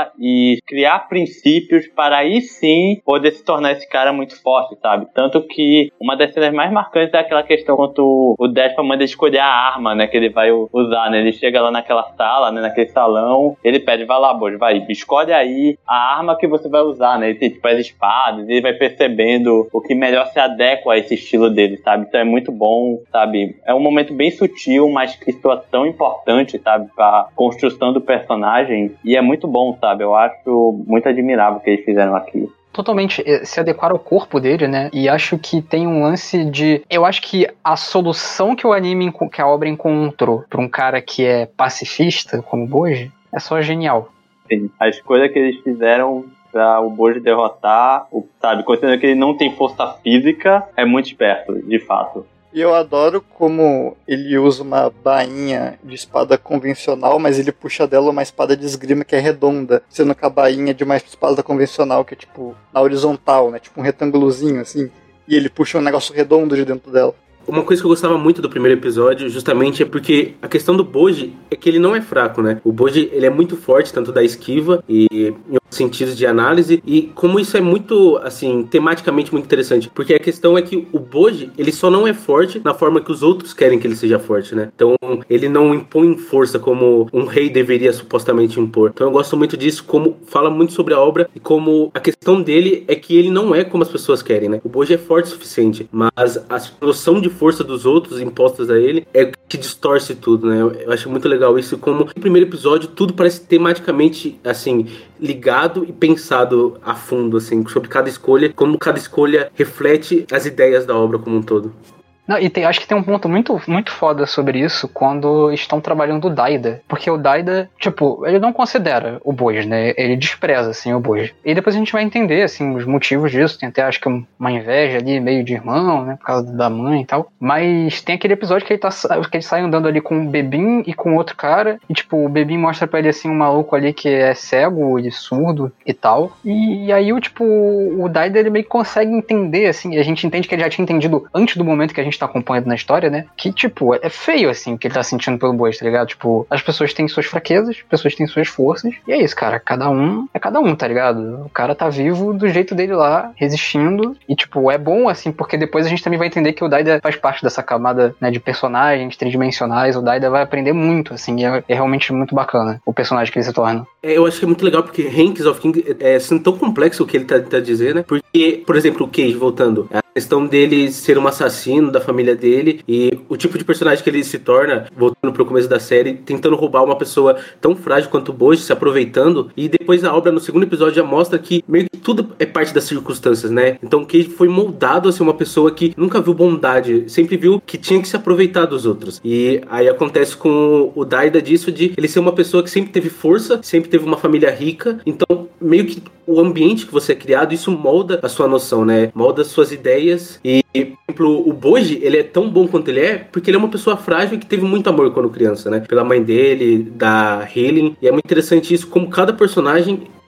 e criar princípios para aí sim poder se tornar esse cara muito forte, sabe? Tanto que uma das cenas mais marcantes é aquela questão quando o Despa manda escolher a arma, né, que ele vai usar, né? Ele chega lá naquela sala, né, naquele salão, ele pede, vai lá, Boji, vai, escolhe aí a arma que você vai usar, né? Ele tem tipo as espadas, ele vai percebendo o que melhor se adequa a esse estilo dele, sabe? Então é muito bom, sabe? É um momento bem sutil, mas que soa tão importante, sabe? Pra construção do personagem, e é muito bom, sabe? Eu acho muito admirável o que eles fizeram aqui.
Totalmente se adequar ao corpo dele, né? E acho que tem um lance de... Eu acho que a solução que o anime, que a obra encontrou pra um cara que é pacifista, como o Boji, é só genial.
Sim, a escolha que eles fizeram pra o Boji derrotar, o, sabe? Considerando que ele não tem força física, é muito esperto, de fato.
E eu adoro como ele usa uma bainha de espada convencional, mas ele puxa dela uma espada de esgrima que é redonda, sendo que a bainha de uma espada convencional que é tipo na horizontal, né? Tipo um retângulozinho assim. E ele puxa um negócio redondo de dentro dela.
Uma coisa que eu gostava muito do primeiro episódio, justamente, é porque a questão do Boji é que ele não é fraco, né? O Boji, ele é muito forte, tanto da esquiva e em outros sentidos de análise, e como isso é muito, assim, tematicamente muito interessante, porque a questão é que o Boji, ele só não é forte na forma que os outros querem que ele seja forte, né? Então, ele não impõe força como um rei deveria supostamente impor. Então, eu gosto muito disso, como fala muito sobre a obra e como a questão dele é que ele não é como as pessoas querem, né? O Boji é forte o suficiente, mas a noção de força dos outros impostas a ele é que distorce tudo, né? Eu, eu acho muito legal isso, como no primeiro episódio tudo parece tematicamente, assim, ligado e pensado a fundo, assim, sobre cada escolha, como cada escolha reflete as ideias da obra como um todo.
Não, e tem, acho que tem um ponto muito, muito foda sobre isso quando estão trabalhando o Daida. Porque o Daida, tipo, ele não considera o Boji, né? Ele despreza, assim, o Boji. E depois a gente vai entender, assim, os motivos disso. Tem até, acho que uma inveja ali, meio de irmão, né? Por causa da mãe e tal. Mas tem aquele episódio que ele, tá, que ele sai andando ali com o Bebin e com outro cara. E, tipo, o Bebin mostra pra ele, assim, um maluco ali que é cego e surdo e tal. E, e aí, o, tipo, o Daida, ele meio que consegue entender, assim. E a gente entende que ele já tinha entendido antes do momento que a gente tá acompanhando na história, né? Que, tipo, é feio, assim, o que ele tá sentindo pelo Boji, tá ligado? Tipo, as pessoas têm suas fraquezas, as pessoas têm suas forças, e é isso, cara. Cada um é cada um, tá ligado? O cara tá vivo do jeito dele lá, resistindo, e, tipo, é bom, assim, porque depois a gente também vai entender que o Daida faz parte dessa camada, né, de personagens tridimensionais. O Daida vai aprender muito, assim, e é, é realmente muito bacana o personagem que ele se torna.
É, eu acho que é muito legal porque Hanks of King é sendo tão complexo o que ele tá, tá dizendo, né? Porque, por exemplo, o Cage, voltando, a questão dele ser um assassino da família dele e o tipo de personagem que ele se torna, voltando pro começo da série, tentando roubar uma pessoa tão frágil quanto o Boji, se aproveitando, e depois a obra no segundo episódio já mostra que meio que tudo é parte das circunstâncias, né? Então o Cage foi moldado a ser uma pessoa que nunca viu bondade, sempre viu que tinha que se aproveitar dos outros. E aí acontece com o Daida disso, de ele ser uma pessoa que sempre teve força, sempre teve uma família rica, então meio que o ambiente que você é criado, isso molda a sua noção, né? Molda as suas ideias. E, por exemplo, o Boji, ele é tão bom quanto ele é porque ele é uma pessoa frágil e que teve muito amor quando criança, né? Pela mãe dele, da Helen. E é muito interessante isso, como cada personagem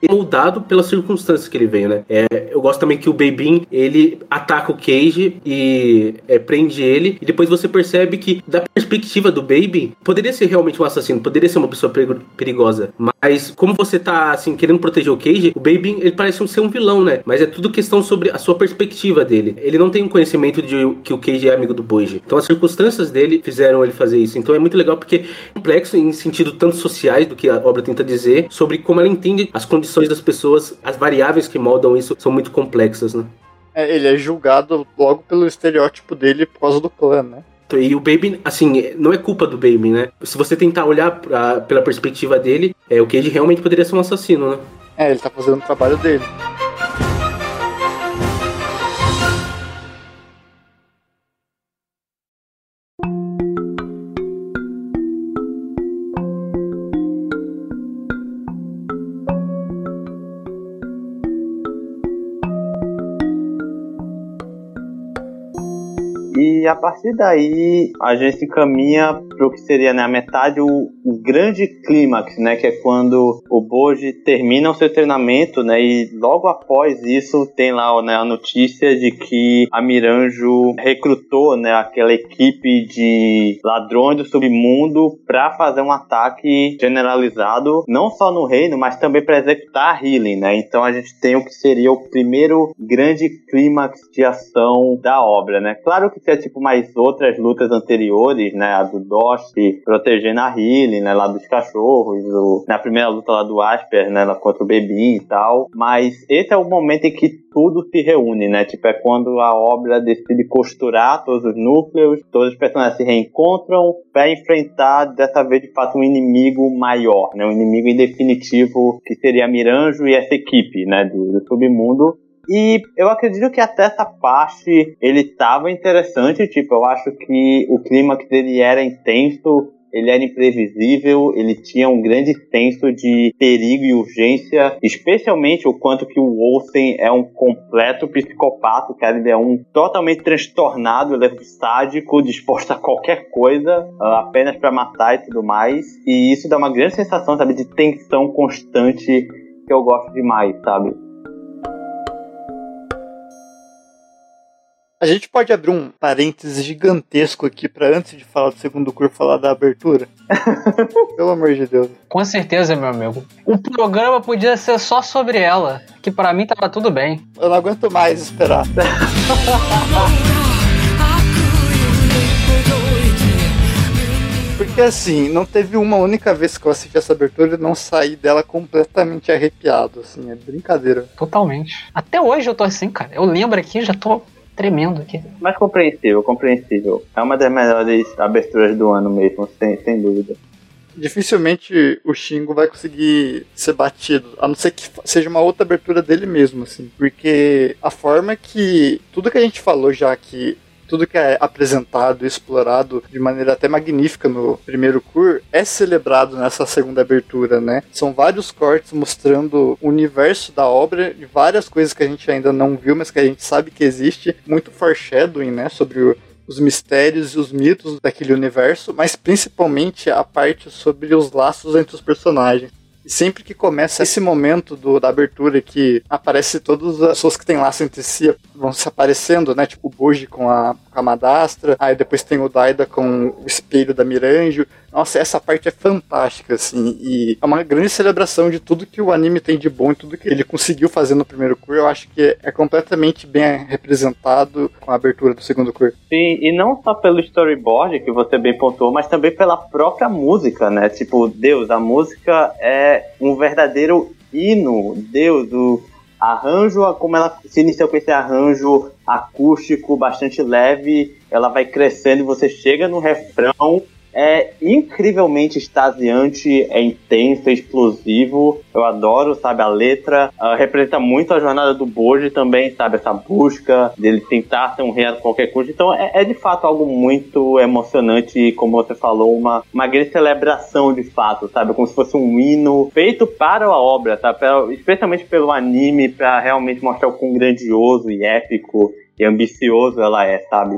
é moldado pelas circunstâncias que ele veio, né? É, eu gosto também que o Beibin, ele ataca o Cage e é, prende ele, e depois você percebe que, da perspectiva do Beibin, poderia ser realmente um assassino, poderia ser uma pessoa perigosa, mas como você tá, assim, querendo proteger o Cage, o Beibin, ele parece ser um vilão, né? Mas é tudo questão sobre a sua perspectiva dele. Ele não tem um conhecimento de que o Cage é amigo do Boji. Então as circunstâncias dele fizeram ele fazer isso. Então é muito legal porque é complexo em sentido tanto sociais do que a obra tenta dizer, sobre como ela entende as condições das pessoas, as variáveis que moldam isso são muito complexas, né?
É, ele é julgado logo pelo estereótipo dele por causa do clã, né?
E o Baby, assim, não é culpa do Baby, né? Se você tentar olhar pra, pela perspectiva dele, é, o Cage realmente poderia ser um assassino, né?
É, ele tá fazendo o trabalho dele.
E a partir daí a gente se encaminha para o que seria, né, a metade, o, o grande clímax, né, que é quando o Boji termina o seu treinamento, né, e logo após isso tem lá, né, a notícia de que a Miranjo recrutou, né, aquela equipe de ladrões do submundo para fazer um ataque generalizado, não só no reino, mas também para executar a Healing, né. Então a gente tem o que seria o primeiro grande clímax de ação da obra, né. Claro que tem tipo mais outras lutas anteriores, né, a do Doshi protegendo a Healing, né, lá dos cachorros, o, na primeira luta lá do Asper, né, lá contra o Bebin e tal, mas esse é o momento em que tudo se reúne, né, tipo, é quando a obra decide costurar todos os núcleos, todos os personagens se reencontram para enfrentar, dessa vez, de fato, um inimigo maior, né, um inimigo em definitivo, que seria a Miranjo e essa equipe, né, do, do submundo. E eu acredito que até essa parte ele tava interessante, tipo, eu acho que o clímax dele era intenso, ele era imprevisível, ele tinha um grande senso de perigo e urgência, especialmente o quanto que o Olsen é um completo psicopata, cara, ele é um totalmente transtornado, ele é sádico, disposto a qualquer coisa, uh, apenas pra matar e tudo mais, e isso dá uma grande sensação, sabe, de tensão constante que eu gosto demais, sabe?
A gente pode abrir um parênteses gigantesco aqui pra antes de falar do segundo curso, falar da abertura? Pelo amor de Deus.
Com certeza, meu amigo. O programa podia ser só sobre ela, que pra mim tava tudo bem.
Eu não aguento mais esperar. Porque assim, não teve uma única vez que eu assisti essa abertura e não saí dela completamente arrepiado, assim, é brincadeira.
Totalmente. Até hoje eu tô assim, cara. Eu lembro aqui e já tô tremendo aqui.
Mas compreensível, compreensível. É uma das melhores aberturas do ano mesmo, sem, sem dúvida.
Dificilmente o Shingo vai conseguir ser batido, a não ser que seja uma outra abertura dele mesmo, assim. Porque a forma que... Tudo que a gente falou já aqui, tudo que é apresentado e explorado de maneira até magnífica no primeiro cur é celebrado nessa segunda abertura, né? São vários cortes mostrando o universo da obra e várias coisas que a gente ainda não viu, mas que a gente sabe que existe. Muito foreshadowing, né? Sobre o, os mistérios e os mitos daquele universo, mas principalmente a parte sobre os laços entre os personagens. E sempre que começa esse momento do, da abertura que aparece todas as pessoas que têm laço entre si vão se aparecendo, né? Tipo o Boji com a, com a Madastra, aí depois tem o Daida com o espelho da Miranjo. Nossa, essa parte é fantástica, assim, e é uma grande celebração de tudo que o anime tem de bom e tudo que ele conseguiu fazer no primeiro cur. Eu acho que é completamente bem representado com a abertura do segundo cur.
Sim, e não só pelo storyboard, que você bem pontuou, mas também pela própria música, né? Tipo, Deus, a música é um verdadeiro hino. Deus, o arranjo, como ela se iniciou com esse arranjo acústico bastante leve, ela vai crescendo e você chega no refrão. É incrivelmente extasiante, é intenso, é explosivo. Eu adoro, sabe, a letra. Uh, representa muito a jornada do Boji também, sabe, essa busca dele tentar ser um rei a qualquer custo. Então é, é de fato algo muito emocionante e, como você falou, uma, uma grande celebração de fato, sabe, como se fosse um hino feito para a obra, sabe, especialmente pelo anime, para realmente mostrar o quão grandioso e épico e ambicioso ela é, sabe.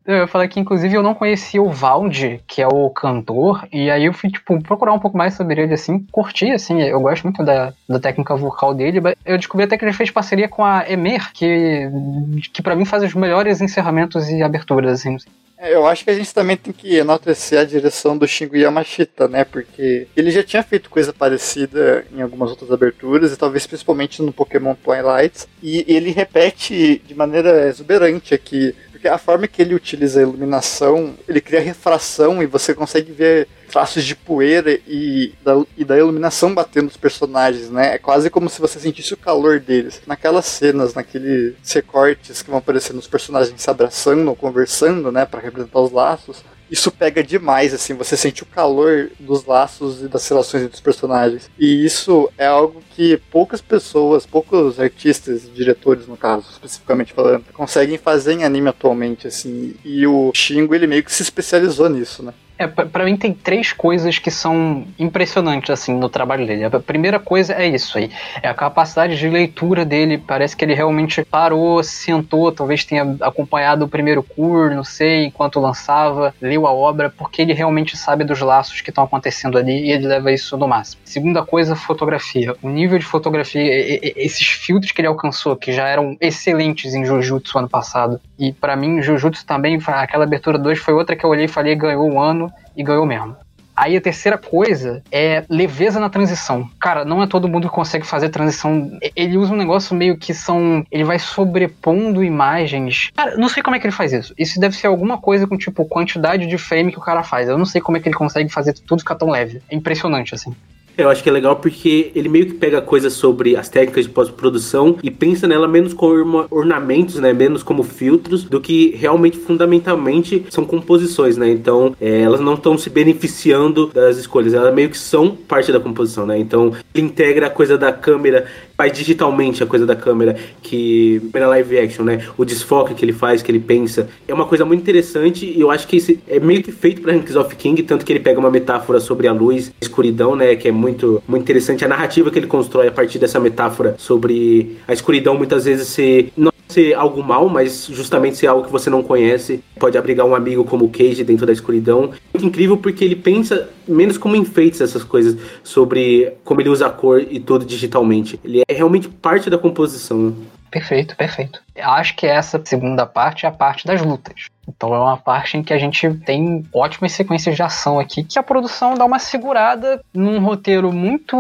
Eu ia falar que, inclusive, eu não conhecia o Valde, que é o cantor, e aí eu fui, tipo, procurar um pouco mais sobre ele, assim, curti, assim, eu gosto muito da, da técnica vocal dele, mas eu descobri até que ele fez parceria com a Emer, que, que pra mim faz os melhores encerramentos e aberturas, assim.
Eu acho que a gente também tem que enaltecer a direção do Shingo Yamashita, né? Porque ele já tinha feito coisa parecida em algumas outras aberturas, e talvez principalmente no Pokémon Twilight, e ele repete de maneira exuberante aqui. Porque a forma que ele utiliza a iluminação, ele cria refração e você consegue ver traços de poeira e da, e da iluminação batendo nos personagens, né? É quase como se você sentisse o calor deles. Naquelas cenas, naqueles recortes que vão aparecendo os personagens se abraçando ou conversando, né? Pra representar os laços. Isso pega demais, assim, você sente o calor dos laços e das relações entre os personagens. E isso é algo que poucas pessoas, poucos artistas, diretores no caso, especificamente falando, conseguem fazer em anime atualmente, assim. E o Shingo, ele meio que se especializou nisso, né?
É, pra mim tem três coisas que são impressionantes, assim, no trabalho dele. A primeira coisa é isso aí, é a capacidade de leitura dele. Parece que ele realmente parou, sentou, talvez tenha acompanhado o primeiro curso, não sei, enquanto lançava, leu a obra, porque ele realmente sabe dos laços que estão acontecendo ali e ele leva isso no máximo. Segunda coisa, fotografia. O nível de fotografia, esses filtros que ele alcançou, que já eram excelentes em Jujutsu ano passado, e pra mim, Jujutsu também, aquela abertura dois foi outra que eu olhei e falei, ganhou um ano, e ganhou mesmo. Aí a terceira coisa é leveza na transição. Cara, não é todo mundo que consegue fazer transição. Ele usa um negócio meio que são... Ele vai sobrepondo imagens. Cara, não sei como é que ele faz isso. Isso deve ser alguma coisa com, tipo, quantidade de frame que o cara faz. Eu não sei como é que ele consegue fazer tudo ficar tão leve. É impressionante, assim.
Eu acho que é legal porque ele meio que pega coisas sobre as técnicas de pós-produção e pensa nela menos como ornamentos, né, menos como filtros, do que realmente, fundamentalmente, são composições, né, então é, elas não estão se beneficiando das escolhas, elas meio que são parte da composição, né, então ele integra a coisa da câmera, faz digitalmente a coisa da câmera, que câmera live action, né, o desfoque que ele faz, que ele pensa, é uma coisa muito interessante e eu acho que esse é meio que feito para Ranks of King, tanto que ele pega uma metáfora sobre a luz e a escuridão, né, que é muito, muito interessante a narrativa que ele constrói a partir dessa metáfora sobre a escuridão muitas vezes ser, não ser algo mal, mas justamente ser algo que você não conhece, pode abrigar um amigo como o Cage dentro da escuridão. Muito incrível porque ele pensa menos como enfeites essas coisas, sobre como ele usa a cor e tudo digitalmente. Ele é realmente parte da composição.
Perfeito, perfeito. Acho que essa segunda parte é a parte das lutas. Então é uma parte em que a gente tem ótimas sequências de ação aqui, que a produção dá uma segurada num roteiro muito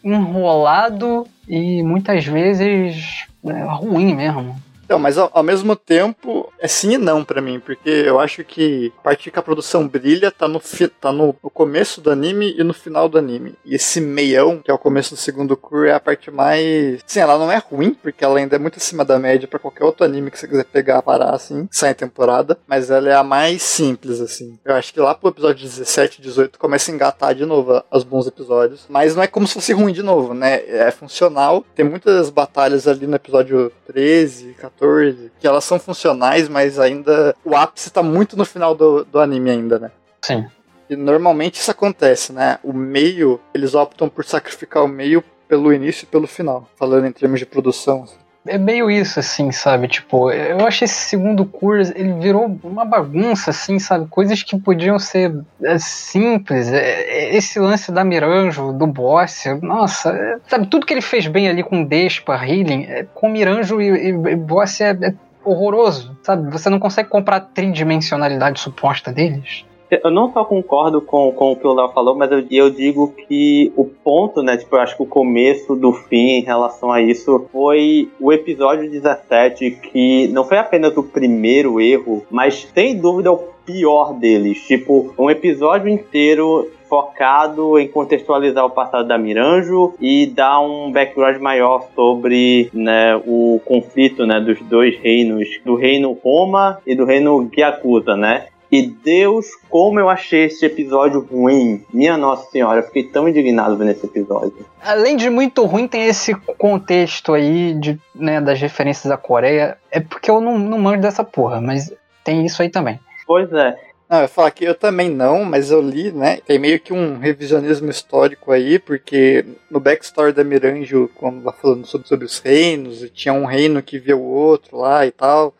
enrolado e muitas vezes é, ruim mesmo.
Então, mas ao, ao mesmo tempo, é sim e não pra mim, porque eu acho que a parte que a produção brilha tá, no, fi, tá no, no começo do anime e no final do anime. E esse meião, que é o começo do segundo curso, é a parte mais... Sim, ela não é ruim, porque ela ainda é muito acima da média pra qualquer outro anime que você quiser pegar, parar, assim, sai em temporada, mas ela é a mais simples, assim. Eu acho que lá pro episódio dezessete, dezoito, começa a engatar de novo os bons episódios, mas não é como se fosse ruim de novo, né? É funcional, tem muitas batalhas ali no episódio treze, quatorze, que elas são funcionais, mas ainda o ápice tá muito no final do, do anime ainda, né?
Sim.
E normalmente isso acontece, né? O meio, eles optam por sacrificar o meio pelo início e pelo final, falando em termos de produção.
É meio isso, assim, sabe? Tipo, eu acho esse segundo curso, ele virou uma bagunça, assim, sabe? Coisas que podiam ser é, simples. É, esse lance da Miranjo, do boss, nossa, é, sabe? Tudo que ele fez bem ali com Despa, Healing, é, com Miranjo e, e, e boss é, é horroroso, sabe? Você não consegue comprar a tridimensionalidade suposta deles.
Eu não só concordo com, com o que o Léo falou, mas eu, eu digo que o ponto, né, tipo, eu acho que o começo do fim em relação a isso foi o episódio dezessete, que não foi apenas o primeiro erro, mas sem dúvida o pior deles. Tipo, um episódio inteiro focado em contextualizar o passado da Miranjo e dar um background maior sobre, né, o conflito, né, dos dois reinos, do reino Roma e do reino Gyakuza, né? E Deus, como eu achei esse episódio ruim. Minha Nossa Senhora, eu fiquei tão indignado vendo esse episódio.
Além de muito ruim, tem esse contexto aí de, né, das referências à Coreia. É porque eu não, não manjo dessa porra, mas tem isso aí também.
Pois é.
Não, eu falo que eu também não, mas eu li, né? Tem meio que um revisionismo histórico aí, porque no backstory da Miranjo, quando ela falando sobre, sobre os reinos, e tinha um reino que via o outro lá e tal.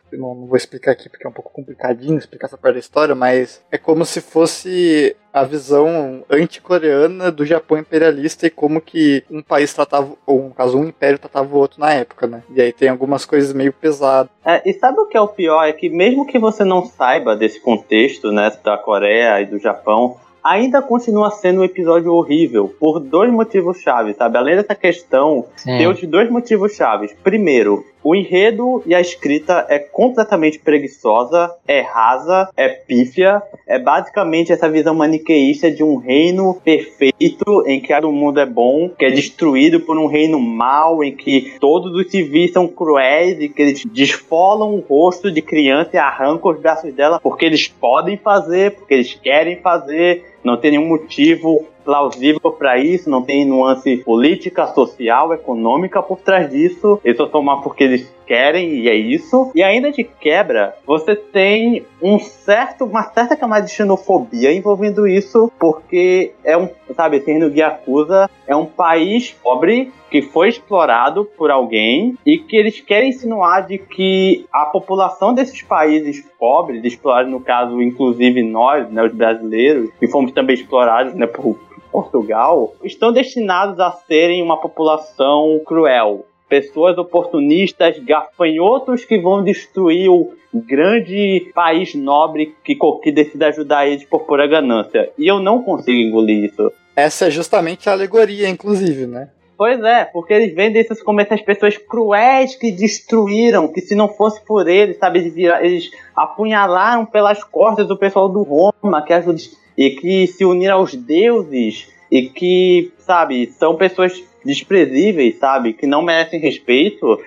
eu não, não vou explicar aqui porque é um pouco complicadinho explicar essa parte da história, mas é como se fosse a visão anti-coreana do Japão imperialista e como que um país tratava, ou no caso um império tratava o outro na época, né? E aí tem algumas coisas meio pesadas.
É, e sabe o que é o pior? É que mesmo que você não saiba desse contexto, né, da Coreia e do Japão, ainda continua sendo um episódio horrível por dois motivos chaves, sabe? Além dessa questão, Sim. tem outros dois motivos chaves. Primeiro, o enredo e a escrita é completamente preguiçosa, é rasa, é pífia, é basicamente essa visão maniqueísta de um reino perfeito em que todo mundo é bom, que é destruído por um reino mau, em que todos os civis são cruéis e que eles desfolam o rosto de criança e arrancam os braços dela porque eles podem fazer, porque eles querem fazer, não tem nenhum motivo plausível para isso, não tem nuance política, social, econômica por trás disso. Eles só tomam porque eles querem e é isso. E ainda de quebra, você tem um certo, uma certa camada de xenofobia envolvendo isso, porque é um, sabe, assim, no Yakuza é um país pobre que foi explorado por alguém e que eles querem insinuar de que a população desses países pobres, explorados no caso, inclusive nós, né, os brasileiros, que fomos também explorados, né, por Portugal, estão destinados a serem uma população cruel. Pessoas oportunistas, gafanhotos que vão destruir o grande país nobre que, que decide ajudar eles por pura ganância. E eu não consigo engolir isso.
Essa é justamente a alegoria, inclusive, né?
Pois é, porque eles vendem isso como essas pessoas cruéis que destruíram, que se não fosse por eles, sabe, eles, vira, eles apunhalaram pelas costas o pessoal do Roma, que ajuda, e que se uniram aos deuses, e que, sabe, são pessoas desprezíveis, sabe, que não merecem respeito.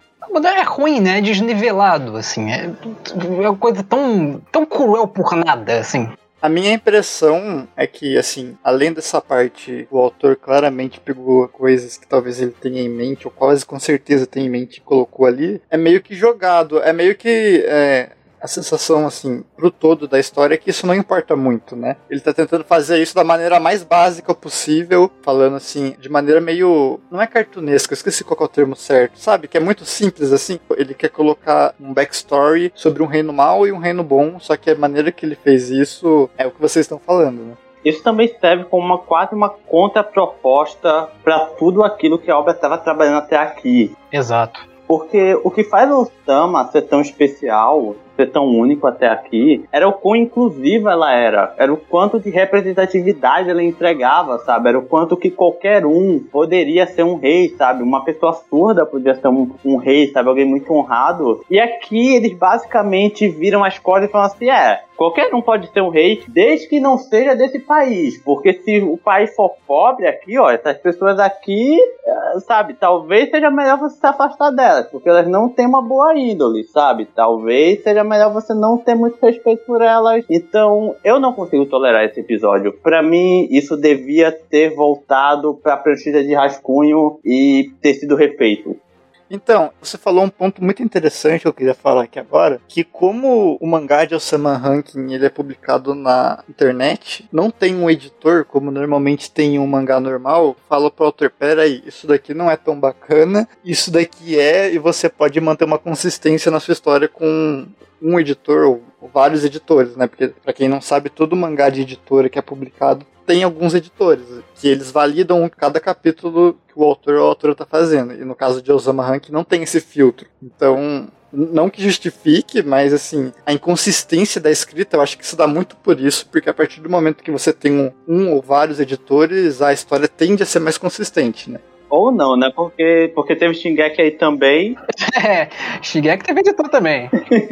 É ruim, né? É desnivelado, assim. É, é uma coisa tão, tão cruel por nada, assim.
A minha impressão é que, assim, além dessa parte, o autor claramente pegou coisas que talvez ele tenha em mente, ou quase com certeza tem em mente e colocou ali, é meio que jogado, é meio que... É... A sensação, assim, pro todo da história é que isso não importa muito, né? Ele tá tentando fazer isso da maneira mais básica possível, falando, assim, de maneira meio... Não é cartunesca, eu esqueci qual é o termo certo, sabe? Que é muito simples, assim. Ele quer colocar um backstory sobre um reino mau e um reino bom, só que a maneira que ele fez isso é o que vocês estão falando, né?
Isso também serve como uma, quase uma contraproposta para tudo aquilo que a obra estava trabalhando até aqui.
Exato.
Porque o que faz o Sama ser tão especial, ser tão único até aqui, era o quão inclusiva ela era. Era o quanto de representatividade ela entregava, sabe? Era o quanto que qualquer um poderia ser um rei, sabe? Uma pessoa surda podia ser um, um rei, sabe? Alguém muito honrado. E aqui eles basicamente viram as costas e falam assim, é... Qualquer um pode ser um rei, desde que não seja desse país. Porque se o país for pobre aqui, ó, essas pessoas aqui, sabe, talvez seja melhor você se afastar delas, porque elas não têm uma boa índole, sabe? Talvez seja melhor você não ter muito respeito por elas. Então, eu não consigo tolerar esse episódio. Pra mim, isso devia ter voltado pra prancheta de rascunho e ter sido refeito.
Então, você falou um ponto muito interessante que eu queria falar aqui agora, que como o mangá de Osama Rankin ele é publicado na internet, não tem um editor, como normalmente tem um mangá normal, fala pro autor, peraí, isso daqui não é tão bacana, isso daqui é, e você pode manter uma consistência na sua história com um editor ou vários editores, né? Porque, pra quem não sabe, todo mangá de editora que é publicado tem alguns editores, que eles validam cada capítulo que o autor ou a autora tá fazendo. E no caso de Osama Rankin não tem esse filtro. Então, não que justifique, mas assim, a inconsistência da escrita, eu acho que se dá muito por isso, porque a partir do momento que você tem um, um ou vários editores, a história tende a ser mais consistente, né?
Ou não, né? Porque, porque teve Shingeki aí também.
É, Shingeki teve editor também.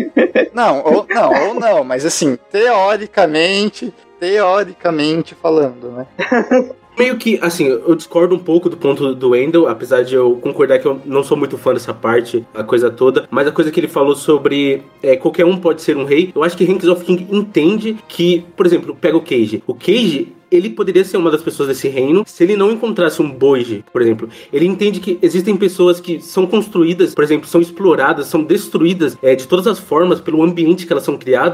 Não, ou não, ou não, mas assim, teoricamente... Teoricamente falando, né?
Meio que, assim, eu discordo um pouco do ponto do Wendell, apesar de eu concordar que eu não sou muito fã dessa parte, a coisa toda, mas a coisa que ele falou sobre é, qualquer um pode ser um rei, eu acho que Ranks of King entende que, por exemplo, pega o Keiji. O Keiji, ele poderia ser uma das pessoas desse reino se ele não encontrasse um Boji, por exemplo. Ele entende que existem pessoas que são construídas, por exemplo, são exploradas, são destruídas é, de todas as formas pelo ambiente que elas são criadas.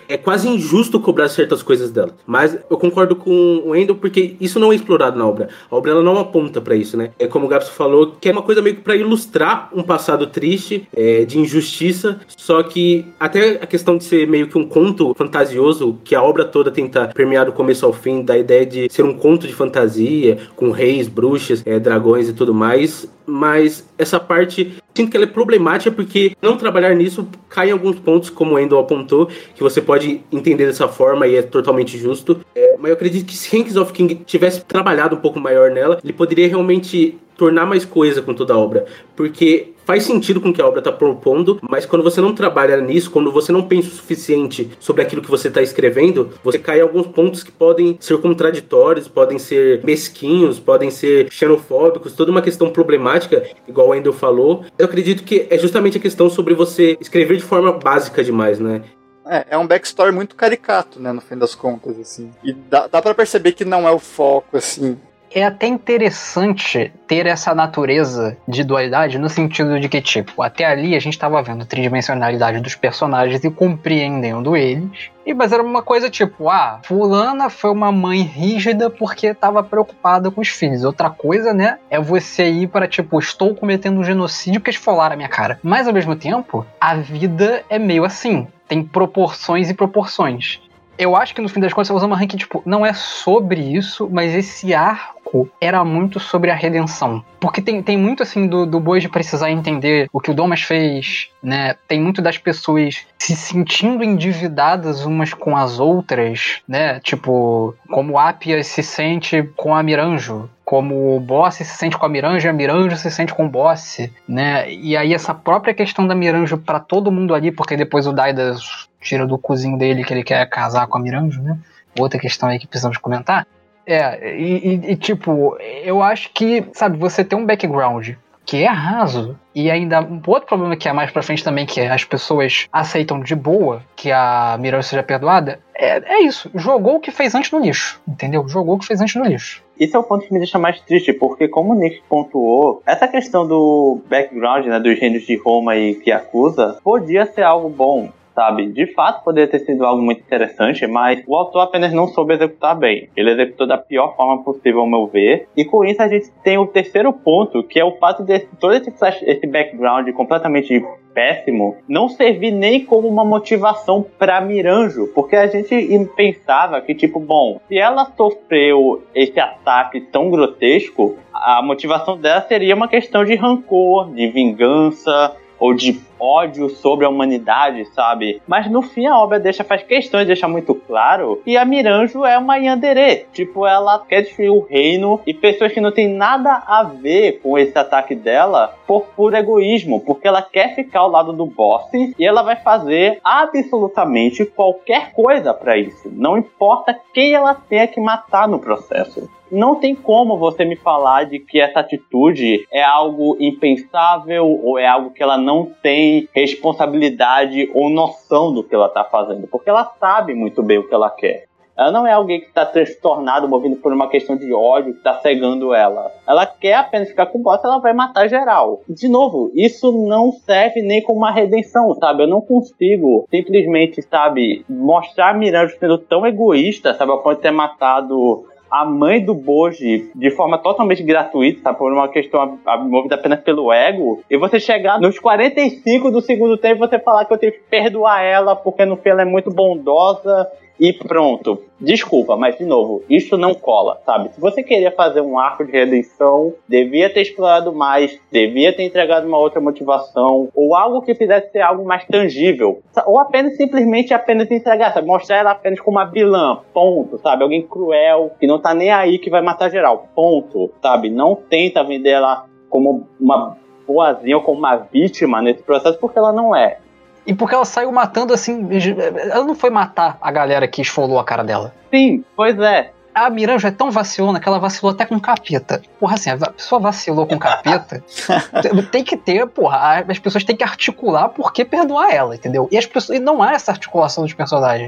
é quase injusto cobrar certas coisas dela. Mas eu concordo com o Wendell, porque isso não é explorado na obra. A obra ela não aponta pra isso, né? É como o Gabs falou, que é uma coisa meio que pra ilustrar um passado triste, é, de injustiça, só que até a questão de ser meio que um conto fantasioso, que a obra toda tenta permear do começo ao fim, da ideia de ser um conto de fantasia, com reis, bruxas, é, dragões e tudo mais, mas essa parte, sinto que ela é problemática porque não trabalhar nisso cai em alguns pontos, como o Wendell apontou, que você pode entender dessa forma e é totalmente justo, é, mas eu acredito que se Hanks of King tivesse trabalhado um pouco maior nela, ele poderia realmente tornar mais coisa com toda a obra, porque faz sentido com o que a obra está propondo, mas quando você não trabalha nisso, quando você não pensa o suficiente sobre aquilo que você está escrevendo, você cai em alguns pontos que podem ser contraditórios, podem ser mesquinhos, podem ser xenofóbicos, toda uma questão problemática, igual o Wendell falou. Eu acredito que é justamente a questão sobre você escrever de forma básica demais, né?
É, é um backstory muito caricato, né, no fim das contas, assim. E dá, dá pra perceber que não é o foco, assim.
É até interessante ter essa natureza de dualidade no sentido de que, tipo, até ali a gente tava vendo a tridimensionalidade dos personagens e compreendendo eles. E mas era uma coisa tipo, ah, fulana foi uma mãe rígida porque tava preocupada com os filhos. Outra coisa, né, é você ir para, tipo, estou cometendo um genocídio porque esfolaram a minha cara. Mas, ao mesmo tempo, a vida é meio assim. Tem proporções e proporções. Eu acho que no fim das contas, o Uzumaki, que tipo, não é sobre isso, mas esse arco era muito sobre a redenção. Porque tem, tem muito assim do, do Boji precisar entender o que o Domas fez, né? Tem muito das pessoas se sentindo endividadas umas com as outras, né? Tipo, como o Apia se sente com a Miranjo, como o Boss se sente com a Miranjo e a Miranjo se sente com o Boss, né? E aí essa própria questão da Miranjo pra todo mundo ali, porque depois o Daida tira do cozinho dele que ele quer casar com a Miranjo, né? Outra questão aí que precisamos comentar. É, e, e, e tipo, eu acho que, sabe, você tem um background que é raso, e ainda um outro problema que é mais pra frente também, que é as pessoas aceitam de boa que a Miranjo seja perdoada, é, é isso, jogou o que fez antes no lixo, entendeu? Jogou o que fez antes no lixo.
Isso é o ponto que me deixa mais triste, porque como o Nick pontuou, essa questão do background, né, dos reinos de Roma e Kyakuza, podia ser algo bom, sabe? De fato, poderia ter sido algo muito interessante, mas o autor apenas não soube executar bem. Ele executou da pior forma possível, ao meu ver. E com isso, a gente tem o terceiro ponto, que é o fato de todo esse, flash, esse background completamente péssimo não servir nem como uma motivação pra Miranjo, porque a gente pensava que, tipo, bom, se ela sofreu esse ataque tão grotesco, a motivação dela seria uma questão de rancor, de vingança, ou de ódio sobre a humanidade, sabe? Mas no fim a obra deixa, faz questão de deixar muito claro que a Miranjo é uma yandere. Tipo, ela quer destruir o reino e pessoas que não tem nada a ver com esse ataque dela por puro egoísmo, porque ela quer ficar ao lado do boss e ela vai fazer absolutamente qualquer coisa pra isso. Não importa quem ela tenha que matar no processo. Não tem como você me falar de que essa atitude é algo impensável ou é algo que ela não tem responsabilidade ou noção do que ela está fazendo, porque ela sabe muito bem o que ela quer. Ela não é alguém que está transtornado, movido por uma questão de ódio que está cegando ela. Ela quer apenas ficar com o boss, ela vai matar geral. De novo, isso não serve nem como uma redenção, sabe? Eu não consigo simplesmente, sabe, mostrar a Miranjo sendo tão egoísta, sabe, ao ponto de ter matado a mãe do Boji de forma totalmente gratuita, tá? Por uma questão movida apenas pelo ego, e você chegar nos quarenta e cinco do segundo tempo e você falar que eu tenho que perdoar ela porque no fim ela é muito bondosa e pronto. Desculpa, mas de novo, isso não cola, sabe? Se você queria fazer um arco de redenção, devia ter explorado mais, devia ter entregado uma outra motivação, ou algo que fizesse ser algo mais tangível, ou apenas simplesmente apenas entregar, sabe? Mostrar ela apenas como uma vilã, ponto, sabe? Alguém cruel, que não tá nem aí, que vai matar geral, ponto, sabe? Não tenta vender ela como uma boazinha ou como uma vítima nesse processo, porque ela não é.
E porque ela saiu matando assim. Ela não foi matar a galera que esfolou a cara dela.
Sim, pois é.
A Miranjo é tão vacilona que ela vacilou até com capeta. Porra, assim, a pessoa vacilou com capeta. Tem que ter, porra, as pessoas têm que articular por que perdoar ela, entendeu? E as pessoas, e não há essa articulação dos personagens.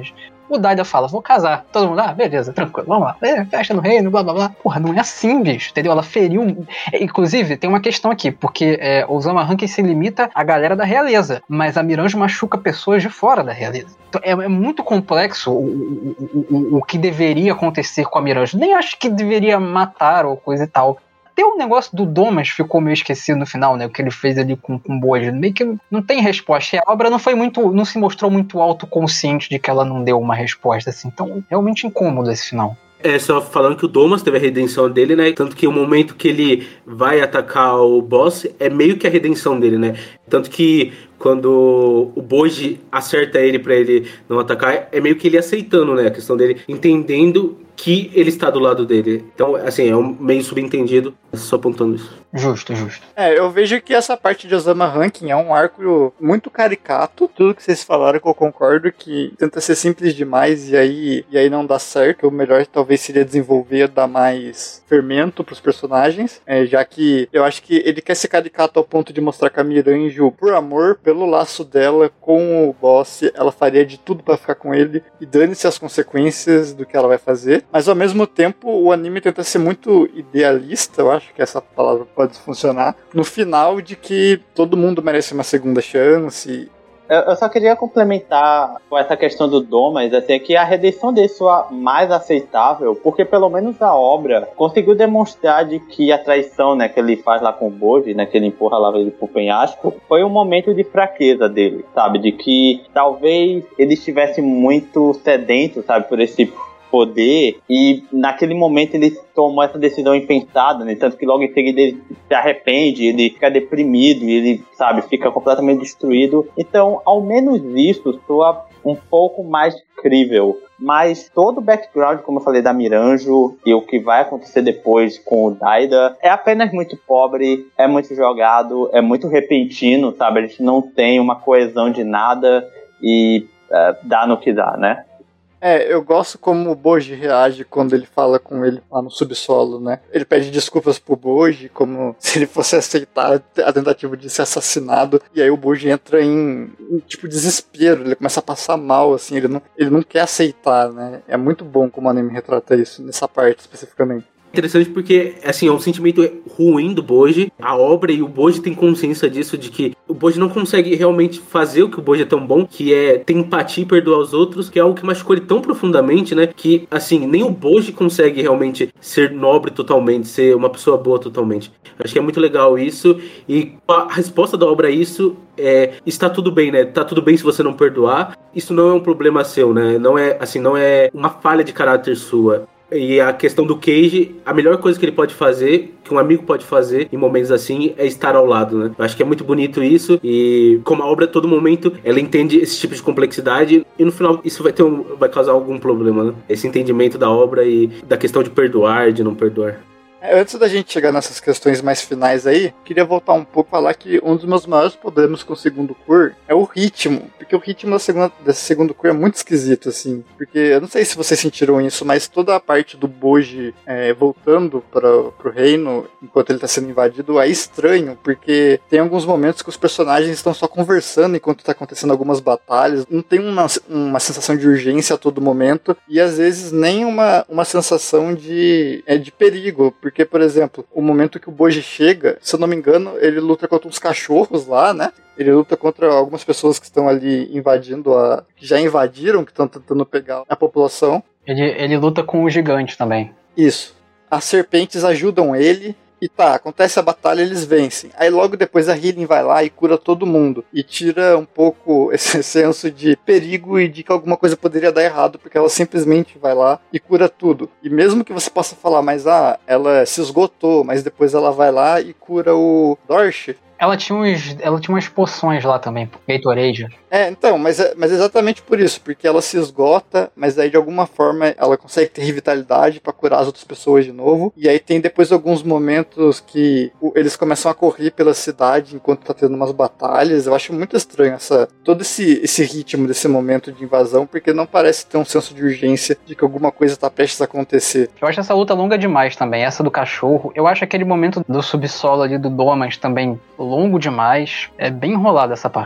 o Daida fala, vou casar. Todo mundo, ah, beleza, tranquilo, vamos lá. É, festa no reino, blá blá blá. Porra, não é assim, bicho, entendeu? Ela feriu... Inclusive, tem uma questão aqui, porque é, o Osama Rankin se limita à galera da realeza, mas a Miranjo machuca pessoas de fora da realeza. Então, é, é muito complexo o, o, o, o, o que deveria acontecer com a Miranjo. Nem acho que deveria matar ou coisa e tal. Até o negócio do Domas ficou meio esquecido no final, né? O que ele fez ali com, com o Boji. Meio que não tem resposta. A obra não foi muito. Não se mostrou muito autoconsciente de que ela não deu uma resposta, assim. Então, realmente incômodo esse final.
É, só falando que o Domas teve a redenção dele, né? Tanto que o momento que ele vai atacar o boss é meio que a redenção dele, né? Tanto que quando o Boji acerta ele pra ele não atacar, é meio que ele aceitando, né? A questão dele entendendo que ele está do lado dele. Então, assim, é um meio subentendido, só apontando isso.
Justo, justo.
É, eu vejo que essa parte de Osama Rankin é um arco muito caricato. Tudo que vocês falaram que eu concordo, que tenta ser simples demais e aí, e aí não dá certo. O melhor talvez seria desenvolver, dar mais fermento pros personagens, é, já que eu acho que ele quer ser caricato ao ponto de mostrar que a Miranjo, por amor, pelo laço dela com o boss, ela faria de tudo pra ficar com ele e dane-se as consequências do que ela vai fazer. Mas ao mesmo tempo o anime tenta ser muito idealista, eu acho que essa palavra pode funcionar, no final de que todo mundo merece uma segunda chance.
Eu só queria complementar com essa questão do Domas, assim, que a redenção dele soa mais aceitável, porque pelo menos a obra conseguiu demonstrar de que a traição, né, que ele faz lá com o Boji, né, que ele empurra lá ele pro penhasco, foi um momento de fraqueza dele, sabe, de que talvez ele estivesse muito sedento, sabe, por esse poder, e naquele momento ele tomou essa decisão impensada, né? Tanto que logo em seguida ele se arrepende, ele fica deprimido, ele, sabe, fica completamente destruído. Então, ao menos isso soa um pouco mais crível. Mas todo o background, como eu falei, da Miranjo e o que vai acontecer depois com o Daida é apenas muito pobre, é muito jogado, é muito repentino, sabe? A gente não tem uma coesão de nada e uh, dá no que dá, né?
É, eu gosto como o Boji reage quando ele fala com ele lá no subsolo, né? Ele pede desculpas pro Boji, como se ele fosse aceitar a tentativa de ser assassinado, e aí o Boji entra em, em tipo, desespero, ele começa a passar mal, assim, ele não, ele não quer aceitar, né? É muito bom como o anime retrata isso, nessa parte especificamente.
Interessante porque, assim, é um sentimento ruim do Boji, a obra, e o Boji tem consciência disso, de que o Boji não consegue realmente fazer o que o Boji é tão bom, que é ter empatia e perdoar os outros, que é algo que machucou ele tão profundamente, né, que, assim, nem o Boji consegue realmente ser nobre totalmente, ser uma pessoa boa totalmente. Acho que é muito legal isso, e a resposta da obra a isso é, está tudo bem, né, tá tudo bem se você não perdoar, isso não é um problema seu, né, não é, assim, não é uma falha de caráter sua. E a questão do Keiji, a melhor coisa que ele pode fazer, que um amigo pode fazer em momentos assim, é estar ao lado, né? Eu acho que é muito bonito isso, e como a obra a todo momento, ela entende esse tipo de complexidade, e no final isso vai ter um, vai causar algum problema, né? Esse entendimento da obra e da questão de perdoar, de não perdoar.
É, antes da gente chegar nessas questões mais finais aí, queria voltar um pouco e falar que um dos meus maiores problemas com o segundo cur é o ritmo, porque o ritmo da segunda, desse segundo cur é muito esquisito, assim, porque eu não sei se vocês sentiram isso, mas toda a parte do Boji é, voltando para pro reino, enquanto ele tá sendo invadido, é estranho, porque tem alguns momentos que os personagens estão só conversando enquanto tá acontecendo algumas batalhas, não tem uma, uma sensação de urgência a todo momento, e às vezes nem uma, uma sensação de, é, de perigo, porque, por exemplo, o momento que o Boji chega, se eu não me engano, ele luta contra uns cachorros lá, né? Ele luta contra algumas pessoas que estão ali invadindo a... que já invadiram, que estão tentando pegar a população.
Ele, ele luta com o gigante também.
Isso. As serpentes ajudam ele. E tá, acontece a batalha, eles vencem. Aí logo depois a Healing vai lá e cura todo mundo. E tira um pouco esse senso de perigo e de que alguma coisa poderia dar errado, porque ela simplesmente vai lá e cura tudo. E mesmo que você possa falar, mas ah, ela se esgotou, mas depois ela vai lá e cura o Dorsch.
Ela tinha, uns, ela tinha umas poções lá também, Gatorade.
É, então, mas, mas exatamente por isso, porque ela se esgota, mas aí de alguma forma ela consegue ter vitalidade pra curar as outras pessoas de novo, e aí tem depois alguns momentos que eles começam a correr pela cidade enquanto tá tendo umas batalhas. Eu acho muito estranho essa, todo esse, esse ritmo desse momento de invasão, porque não parece ter um senso de urgência de que alguma coisa tá prestes a acontecer.
Eu acho essa luta longa demais também, essa do cachorro. Eu acho aquele momento do subsolo ali do Domas também longo demais, é bem enrolado essa parte.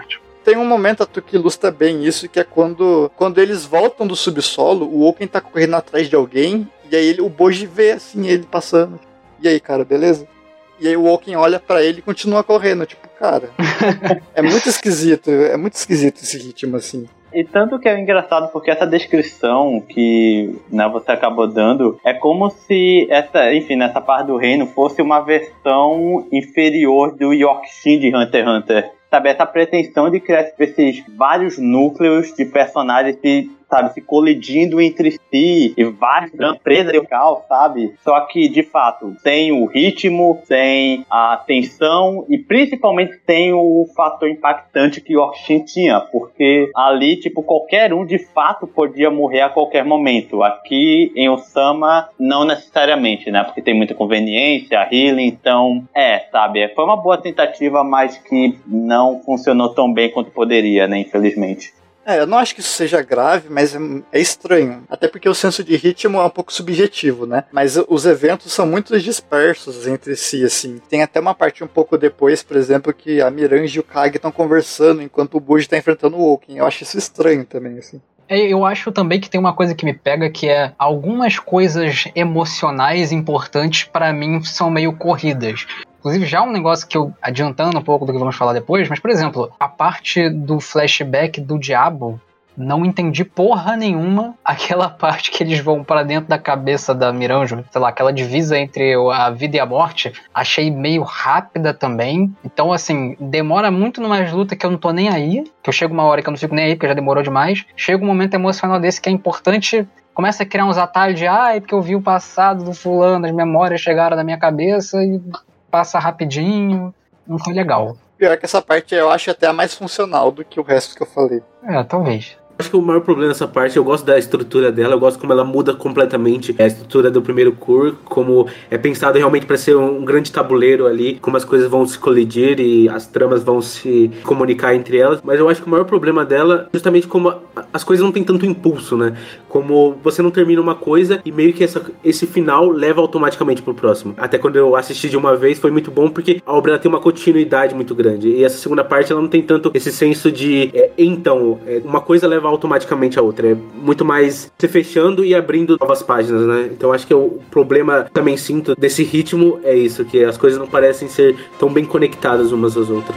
Tem um momento que ilustra bem isso, que é quando, quando eles voltam do subsolo, o Oaken tá correndo atrás de alguém, e aí ele, o Boji vê, assim, ele passando. E aí, cara, beleza? E aí o Oaken olha pra ele e continua correndo. Tipo, cara, é muito esquisito, é muito esquisito esse ritmo, assim.
E tanto que é engraçado porque essa descrição que, né, você acabou dando é como se essa, enfim, nessa parte do reino fosse uma versão inferior do Yorkshin de Hunter x Hunter. Sabe, essa pretensão de criar esses vários núcleos de personagens que, sabe, se colidindo entre si e várias empresas local, sabe? Só que, de fato, tem o ritmo, tem a tensão e principalmente tem o fator impactante que o Yorkshin tinha, porque ali, tipo, qualquer um de fato podia morrer a qualquer momento. Aqui em Osama, não necessariamente, né? Porque tem muita conveniência, healing, então, é, sabe? Foi uma boa tentativa, mas que não não funcionou tão bem quanto poderia, né, infelizmente.
É, eu não acho que isso seja grave, mas é, é estranho. Até porque o senso de ritmo é um pouco subjetivo, né? Mas os eventos são muito dispersos entre si, assim. Tem até uma parte um pouco depois, por exemplo, que a Mirange e o Kage estão conversando enquanto o Boji tá enfrentando o Oaken. Eu acho isso estranho também, assim.
Eu acho também que tem uma coisa que me pega, que é algumas coisas emocionais importantes pra mim são meio corridas. Inclusive, já um negócio que eu, adiantando um pouco do que vamos falar depois, mas, por exemplo, a parte do flashback do diabo, não entendi porra nenhuma aquela parte que eles vão pra dentro da cabeça da Miranjo, sei lá, aquela divisa entre a vida e a morte, achei meio rápida também. Então, assim, demora muito numas lutas que eu não tô nem aí, que eu chego uma hora que eu não fico nem aí, porque já demorou demais. Chega um momento emocional desse que é importante, começa a criar uns atalhos de, ai, ah, porque eu vi o passado do fulano, as memórias chegaram na minha cabeça e passa rapidinho, não foi legal.
Pior que essa parte eu acho até a mais funcional do que o resto que eu falei.
É, talvez.
Acho que o maior problema dessa parte, eu gosto da estrutura dela, eu gosto como ela muda completamente a estrutura do primeiro Cur, como é pensado realmente para ser um grande tabuleiro ali, como as coisas vão se colidir e as tramas vão se comunicar entre elas, mas eu acho que o maior problema dela é justamente como as coisas não tem tanto impulso, né? Como você não termina uma coisa e meio que essa, esse final leva automaticamente pro próximo. Até quando eu assisti de uma vez foi muito bom, porque a obra ela tem uma continuidade muito grande, e essa segunda parte ela não tem tanto esse senso de é, então, é, uma coisa leva automaticamente a outra, é muito mais se fechando e abrindo novas páginas, né? Então acho que o problema também sinto desse ritmo é isso, que as coisas não parecem ser tão bem conectadas umas às outras.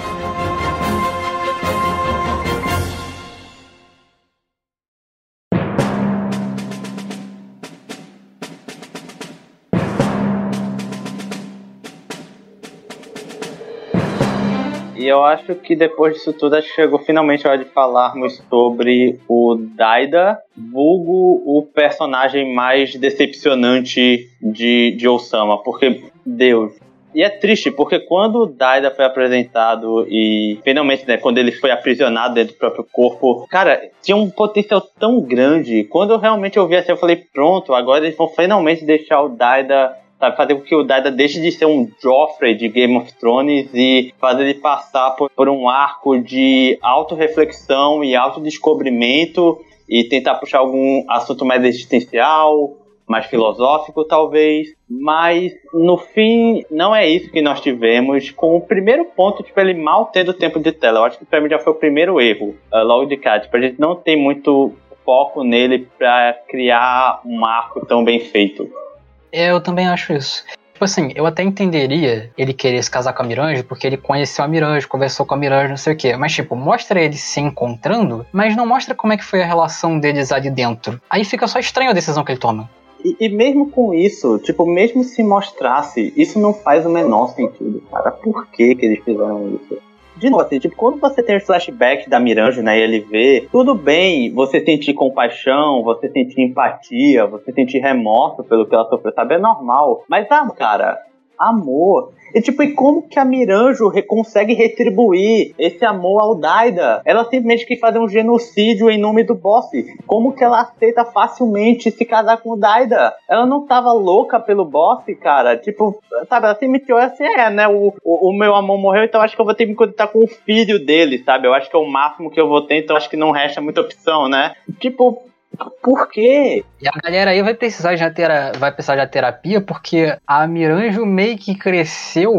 E eu acho que depois disso tudo, acho que chegou finalmente a hora de falarmos sobre o Daida, vulgo o personagem mais decepcionante de, de Osama, porque, Deus... E é triste, porque quando o Daida foi apresentado e finalmente, né, quando ele foi aprisionado dentro do próprio corpo, cara, tinha um potencial tão grande. Quando eu realmente ouvi assim, eu falei, pronto, agora eles vão finalmente deixar o Daida... Sabe, fazer com que o Daida deixe de ser um Joffrey de Game of Thrones e fazer ele passar por, por um arco de autorreflexão e autodescobrimento e tentar puxar algum assunto mais existencial, mais filosófico talvez, mas no fim não é isso que nós tivemos. Com o primeiro ponto, tipo, ele mal tendo tempo de tela, eu acho que pra mim já foi o primeiro erro, uh, logo de cara, tipo, a gente não tem muito foco nele pra criar um arco tão bem feito.
É, eu também acho isso. Tipo assim, eu até entenderia ele querer se casar com a Mirange, porque ele conheceu a Mirange, conversou com a Mirange, não sei o quê. Mas, tipo, mostra eles se encontrando, mas não mostra como é que foi a relação deles ali dentro. Aí fica só estranho a decisão que ele toma.
E, e mesmo com isso, tipo, mesmo se mostrasse, isso não faz o menor sentido, cara. Por que que eles fizeram isso? De novo, assim, tipo, quando você tem os flashbacks da Mirange na I L V, tudo bem você sentir compaixão, você sentir empatia, você sentir remorso pelo que ela sofreu, sabe? É normal. Mas, ah, cara, amor... E tipo, e como que a Miranjo re- consegue retribuir esse amor ao Daida? Ela simplesmente quer fazer um genocídio em nome do boss. Como que ela aceita facilmente se casar com o Daida? Ela não tava louca pelo boss, cara? Tipo, sabe, ela simplesmente olha assim, é, né, o, o, o meu amor morreu, então acho que eu vou ter que me conectar com o filho dele, sabe? Eu acho que é o máximo que eu vou ter, então acho que não resta muita opção, né? Tipo... Por quê?
E a galera aí vai precisar de tera... vai precisar de terapia, porque a Miranjo meio que cresceu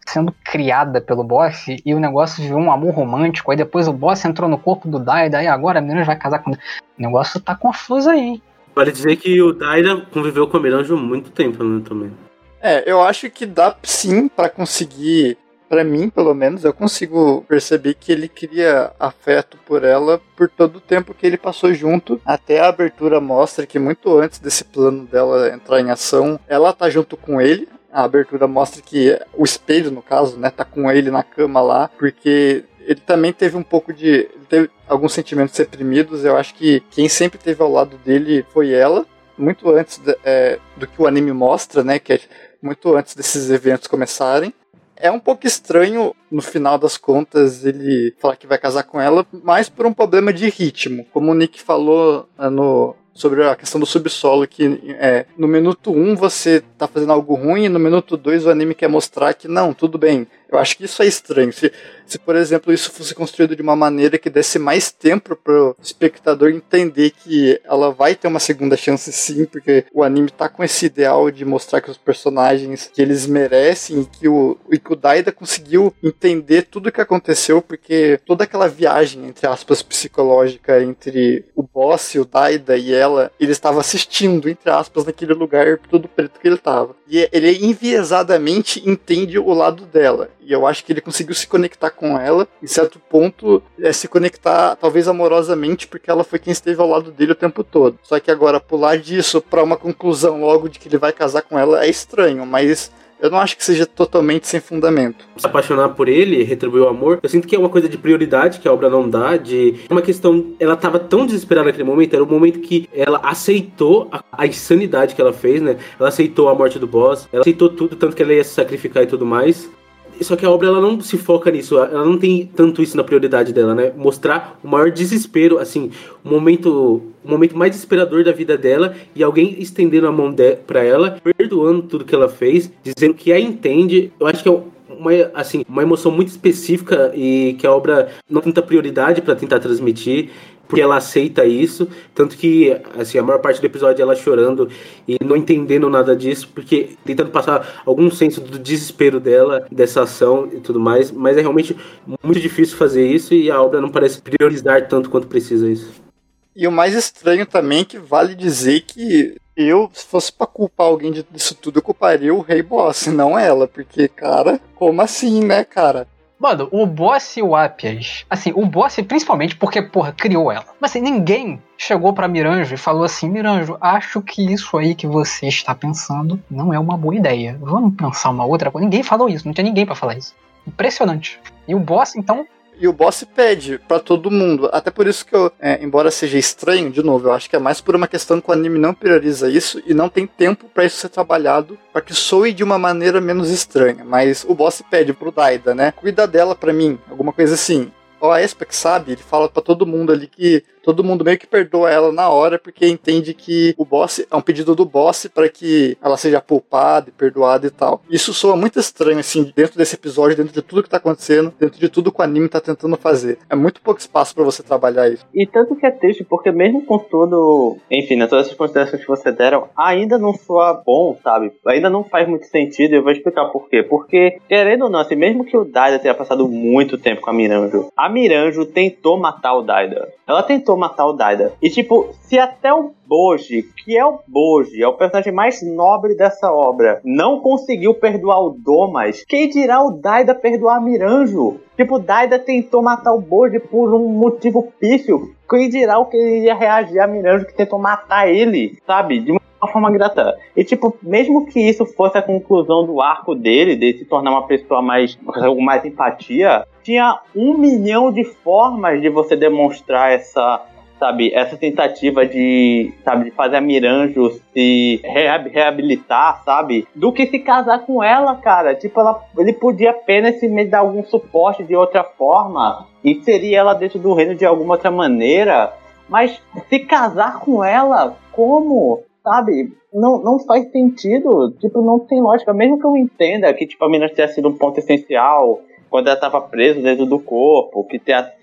sendo criada pelo boss e o negócio virou um amor romântico, aí depois o boss entrou no corpo do Daida, aí agora a Miranjo vai casar com... O negócio tá confuso aí, hein?
Vale dizer que o Daida conviveu com a Miranjo há muito tempo, né, também.
É, eu acho que dá sim pra conseguir, pra mim pelo menos, eu consigo perceber que ele cria afeto por ela por todo o tempo que ele passou junto. Até a abertura mostra que muito antes desse plano dela entrar em ação, ela tá junto com ele. A abertura mostra que o espelho, no caso, né, tá com ele na cama lá, porque ele também teve um pouco de... Ele teve alguns sentimentos reprimidos. Eu acho que quem sempre esteve ao lado dele foi ela, muito antes de, é, do que o anime mostra, né, que é muito antes desses eventos começarem. É um pouco estranho, no final das contas, ele falar que vai casar com ela, mas por um problema de ritmo. Como o Nick falou no... sobre a questão do subsolo, que é, no minuto um você tá fazendo algo ruim e no minuto dois o anime quer mostrar que não, tudo bem. Eu acho que isso é estranho. Se, se por exemplo, isso fosse construído de uma maneira que desse mais tempo pro espectador entender que ela vai ter uma segunda chance sim, porque o anime tá com esse ideal de mostrar que os personagens, que eles merecem e que o, e que o Daida conseguiu entender tudo o que aconteceu, porque toda aquela viagem, entre aspas, psicológica entre o boss, o Daida e ela, ele estava assistindo, entre aspas, naquele lugar todo preto que ele estava. E ele enviesadamente entende o lado dela. E eu acho que ele conseguiu se conectar com ela, em certo ponto, é, se conectar talvez amorosamente, porque ela foi quem esteve ao lado dele o tempo todo. Só que agora, pular disso para uma conclusão logo de que ele vai casar com ela é estranho, mas eu não acho que seja totalmente sem fundamento.
Se apaixonar por ele, retribuir o amor, eu sinto que é uma coisa de prioridade que a obra não dá, de uma questão, ela tava tão desesperada naquele momento, era o momento que ela aceitou a, a insanidade que ela fez, né? Ela aceitou a morte do boss, ela aceitou tudo, tanto que ela ia se sacrificar e tudo mais. Só que a obra ela não se foca nisso, ela não tem tanto isso na prioridade dela, né? Mostrar o maior desespero, assim, o momento, o momento mais desesperador da vida dela e alguém estendendo a mão de, pra ela, perdoando tudo que ela fez, dizendo que a entende. Eu acho que é uma, assim, uma emoção muito específica e que a obra não tem tanta prioridade pra tentar transmitir, porque ela aceita isso, tanto que assim, a maior parte do episódio é ela chorando e não entendendo nada disso, porque tentando passar algum senso do desespero dela, dessa ação e tudo mais, mas é realmente muito difícil fazer isso e a obra não parece priorizar tanto quanto precisa isso.
E o mais estranho também é que vale dizer que eu, se fosse pra culpar alguém disso tudo, eu culparia o Rei Boss, não ela, porque, cara, como assim, né, cara?
Mano, o boss e o Appias, assim, o boss principalmente porque, porra, criou ela. Mas assim, ninguém chegou pra Miranjo e falou assim, Miranjo, acho que isso aí que você está pensando não é uma boa ideia. Vamos pensar uma outra coisa. Ninguém falou isso, não tinha ninguém pra falar isso. Impressionante. E o boss, então...
E o boss pede pra todo mundo. Até por isso que eu, é, embora seja estranho, de novo, eu acho que é mais por uma questão que o anime não prioriza isso e não tem tempo pra isso ser trabalhado pra que soe de uma maneira menos estranha. Mas o boss pede pro Daida, né? Cuida dela pra mim, alguma coisa assim. O Aspect sabe, ele fala pra todo mundo ali que todo mundo meio que perdoa ela na hora, porque entende que o boss é um pedido do boss para que ela seja poupada e perdoada e tal. Isso soa muito estranho, assim, dentro desse episódio, dentro de tudo que tá acontecendo, dentro de tudo que o anime tá tentando fazer. É muito pouco espaço para você trabalhar isso.
E tanto que é triste, porque mesmo com todo, enfim, né, todas essas considerações que você deram, ainda não soa bom, sabe? Ainda não faz muito sentido, e eu vou explicar por quê. Porque, querendo ou não, assim, mesmo que o Daida tenha passado muito tempo com a Miranjo, a Miranjo tentou matar o Daida. Ela tentou matar o Daida. E tipo, se até o Boji, que é o Boji, é o personagem mais nobre dessa obra, não conseguiu perdoar o Domas, quem dirá o Daida perdoar a Miranjo? Tipo, o Daida tentou matar o Boji por um motivo pífio. Quem dirá o que ele ia reagir a Miranjo que tentou matar ele, sabe? De uma forma grata. E tipo, mesmo que isso fosse a conclusão do arco dele, de se tornar uma pessoa mais, com mais empatia, tinha um milhão de formas de você demonstrar essa, sabe, essa tentativa de, sabe, de fazer a Miranjo se reabilitar, sabe, do que se casar com ela, cara. Tipo, ela, ele podia apenas se me dar algum suporte de outra forma, inserir ela dentro do reino de alguma outra maneira, mas se casar com ela, como? Sabe, não, não faz sentido, tipo, não tem lógica, mesmo que eu entenda que, tipo, a Miranjo tenha sido um ponto essencial quando ela estava presa dentro do corpo, que tenha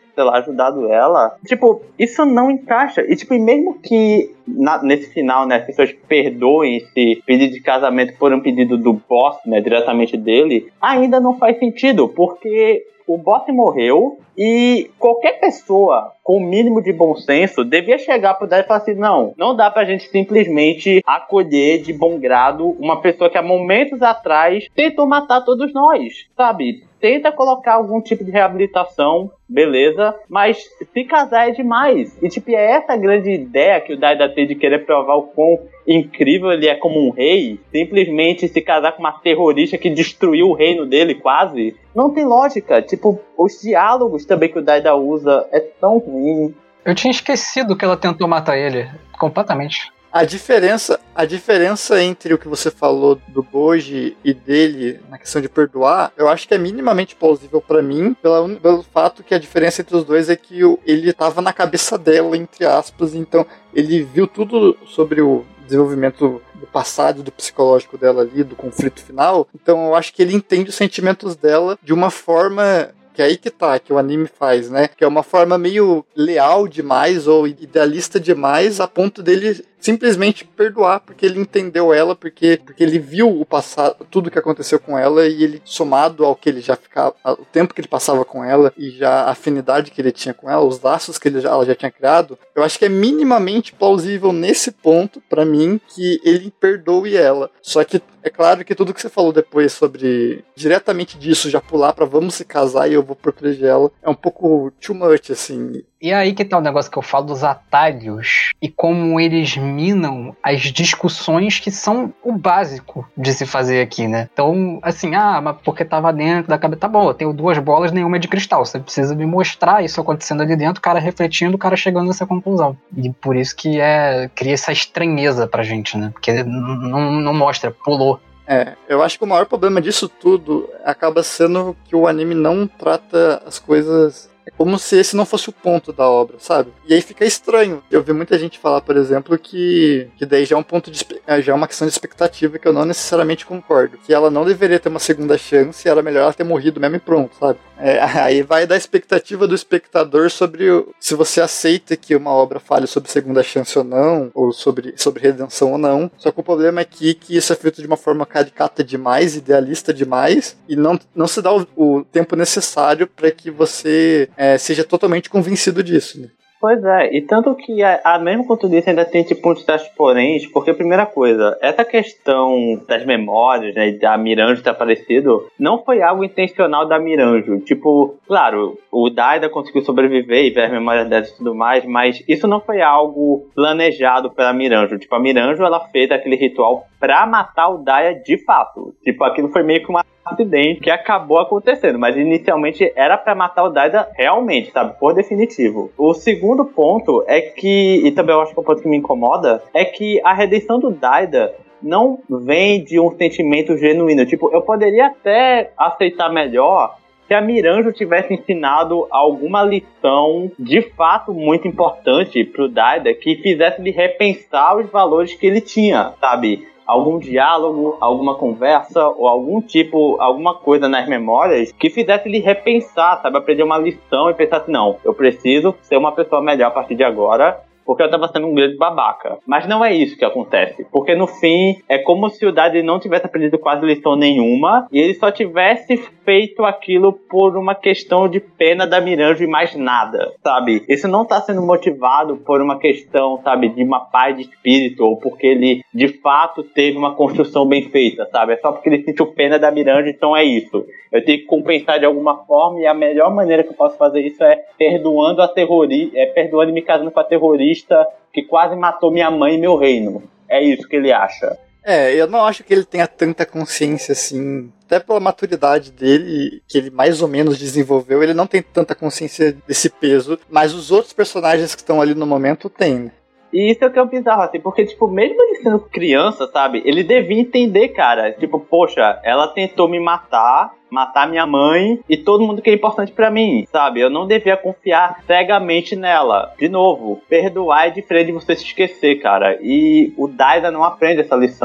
sei lá, ajudado ela. Tipo, isso não encaixa. E, tipo, e mesmo que na, nesse final, né, as pessoas perdoem esse pedido de casamento por um pedido do boss, né, diretamente dele, ainda não faz sentido, porque o boss morreu e qualquer pessoa com o mínimo de bom senso devia chegar pro Dai e falar assim, não, não dá pra gente simplesmente acolher de bom grado uma pessoa que há momentos atrás tentou matar todos nós, sabe? Tenta colocar algum tipo de reabilitação, beleza, mas se casar é demais. E tipo, é essa a grande ideia que o Daida tem de querer provar o quão incrível ele é como um rei, simplesmente se casar com uma terrorista que destruiu o reino dele quase. Não tem lógica, tipo, os diálogos também que o Daida usa é tão ruim.
Eu tinha esquecido que ela tentou matar ele, completamente.
A diferença, a diferença entre o que você falou do Boji e dele na questão de perdoar, eu acho que é minimamente plausível pra mim, pela, pelo fato que a diferença entre os dois é que ele tava na cabeça dela, entre aspas, então ele viu tudo sobre o desenvolvimento do passado, do psicológico dela ali, do conflito final, então eu acho que ele entende os sentimentos dela de uma forma... que é aí que tá, que o anime faz, né? Que é uma forma meio leal demais ou idealista demais, a ponto dele simplesmente perdoar, porque ele entendeu ela, porque, porque ele viu o passado, tudo que aconteceu com ela, e ele, somado ao que ele já ficava, o tempo que ele passava com ela, e já a afinidade que ele tinha com ela, os laços que ele já, ela já tinha criado, eu acho que é minimamente plausível nesse ponto, pra mim, que ele perdoe ela. Só que é claro que tudo que você falou depois sobre, diretamente disso, já pular pra vamos se casar e eu vou proteger ela, é um pouco too much, assim.
E é aí que tá o negócio que eu falo dos atalhos e como eles minam as discussões que são o básico de se fazer aqui, né? Então, assim, ah, mas porque tava dentro da cabeça, tá bom, eu tenho duas bolas, nenhuma é de cristal, você precisa me mostrar isso acontecendo ali dentro, o cara refletindo, o cara chegando nessa conclusão. E por isso que é, cria essa estranheza pra gente, né? Porque não, não mostra, pulou.
É, eu acho que o maior problema disso tudo acaba sendo que o anime não trata as coisas como se esse não fosse o ponto da obra, sabe? E aí fica estranho. Eu vi muita gente falar, por exemplo, que, que daí já é um ponto de, já é uma questão de expectativa que eu não necessariamente concordo. Que ela não deveria ter uma segunda chance, era melhor ela ter morrido mesmo e pronto, sabe? É, aí vai da expectativa do espectador sobre o, se você aceita que uma obra fale sobre segunda chance ou não, ou sobre, sobre redenção ou não. Só que o problema aqui é que isso é feito de uma forma caricata demais, idealista demais, e não, não se dá o, o tempo necessário para que você é, seja totalmente convencido disso, né?
Pois é, e tanto que a, a mesmo quanto disse, ainda tem tipo uns testes poréns, porque a primeira coisa, essa questão das memórias, né, da Miranjo ter aparecido, não foi algo intencional da Miranjo. Tipo, claro, o Daida conseguiu sobreviver e ver as memórias dela e tudo mais, mas isso não foi algo planejado pela Miranjo. Tipo, a Miranjo, ela fez aquele ritual pra matar o Daida de fato. Tipo, aquilo foi meio que um acidente que acabou acontecendo, mas inicialmente era pra matar o Daida realmente, sabe? Por definitivo. O segundo ponto é que, e também eu acho que é um ponto que me incomoda, é que a redenção do Daida não vem de um sentimento genuíno. Tipo, eu poderia até aceitar melhor se a Miranjo tivesse ensinado alguma lição de fato muito importante pro Daida que fizesse ele repensar os valores que ele tinha, sabe? Algum diálogo, alguma conversa ou algum tipo, alguma coisa nas memórias que fizesse ele repensar, sabe? Aprender uma lição e pensar assim, não, eu preciso ser uma pessoa melhor a partir de agora, porque eu tava sendo um grande babaca. Mas não é isso que acontece, porque no fim é como se o Daida não tivesse aprendido quase lição nenhuma e ele só tivesse feito aquilo por uma questão de pena da Miranjo e mais nada, sabe? Isso não tá sendo motivado por uma questão, sabe, de uma paz de espírito ou porque ele de fato teve uma construção bem feita, sabe? É só porque ele sentiu pena da Miranjo, então é isso. Eu tenho que compensar de alguma forma e a melhor maneira que eu posso fazer isso é perdoando a terrorista, é perdoando e me casando com a terrorista que quase matou minha mãe e meu reino. É isso que ele acha.
É, eu não acho que ele tenha tanta consciência assim, até pela maturidade dele, que ele mais ou menos desenvolveu, ele não tem tanta consciência desse peso, mas os outros personagens que estão ali no momento têm, né?
E isso é o que é o bizarro, assim, porque, tipo, mesmo ele sendo criança, sabe, ele devia entender, cara, tipo, poxa, ela tentou me matar, matar minha mãe e todo mundo que é importante pra mim, sabe, eu não devia confiar cegamente nela. De novo, perdoar é diferente de você se esquecer, cara, e o Daida não aprende essa lição.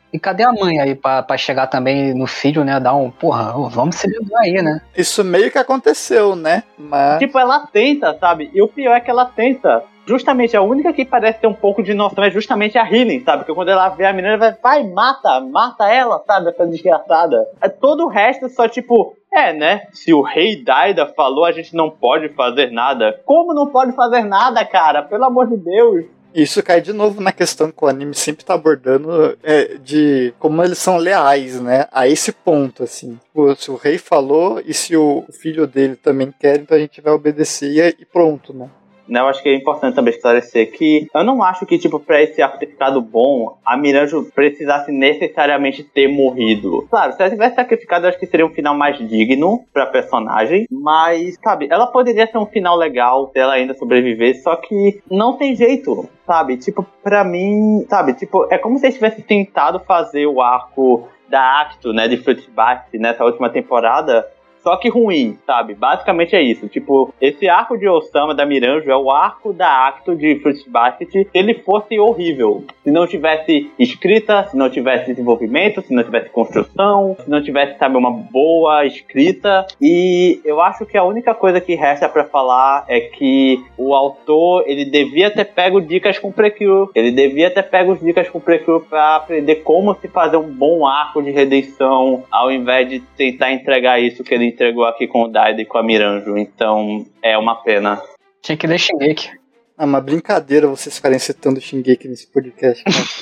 E cadê a mãe aí pra, pra chegar também no filho, né? Dar um, porra, vamos se livrar aí, né?
Isso meio que aconteceu, né? Mas...
Tipo, ela tenta, sabe? E o pior é que ela tenta. Justamente, a única que parece ter um pouco de noção é justamente a Healing, sabe? Porque quando ela vê a menina, ela vai, vai, mata, mata ela, sabe? Essa desgraçada. É, todo o resto só, tipo, é, né? Se o rei Daida falou, a gente não pode fazer nada. Como não pode fazer nada, cara? Pelo amor de Deus.
Isso cai de novo na questão que o anime sempre tá abordando é, de como eles são leais, né? A esse ponto, assim. Se o rei falou e se o filho dele também quer, então a gente vai obedecer e pronto, né?
Né, eu acho que é importante também esclarecer que eu não acho que, tipo, pra esse arco ter ficado bom, a Miranjo precisasse necessariamente ter morrido. Claro, se ela tivesse sacrificado, eu acho que seria um final mais digno pra personagem, mas, sabe, ela poderia ser um final legal se ela ainda sobreviver, só que não tem jeito, sabe? Tipo, pra mim, sabe, tipo, é como se eles tivessem tentado fazer o arco da Acto, né, de Fruits Basket nessa última temporada, só que ruim, sabe? Basicamente é isso. Tipo, esse arco de Osama da Miranjo é o arco da Acto de Fruits Basket se ele fosse horrível. Se não tivesse escrita, se não tivesse desenvolvimento, se não tivesse construção, se não tivesse, sabe, uma boa escrita. E eu acho que a única coisa que resta pra falar é que o autor, ele devia ter pego dicas com o Precure. Ele devia ter pego dicas com o Precure pra aprender como se fazer um bom arco de redenção, ao invés de tentar entregar isso que ele entregou aqui com o Daida e com a Miranjo. Então, é uma pena.
Tinha que ler Shingeki.
É uma brincadeira vocês ficarem citando Shingeki nesse podcast.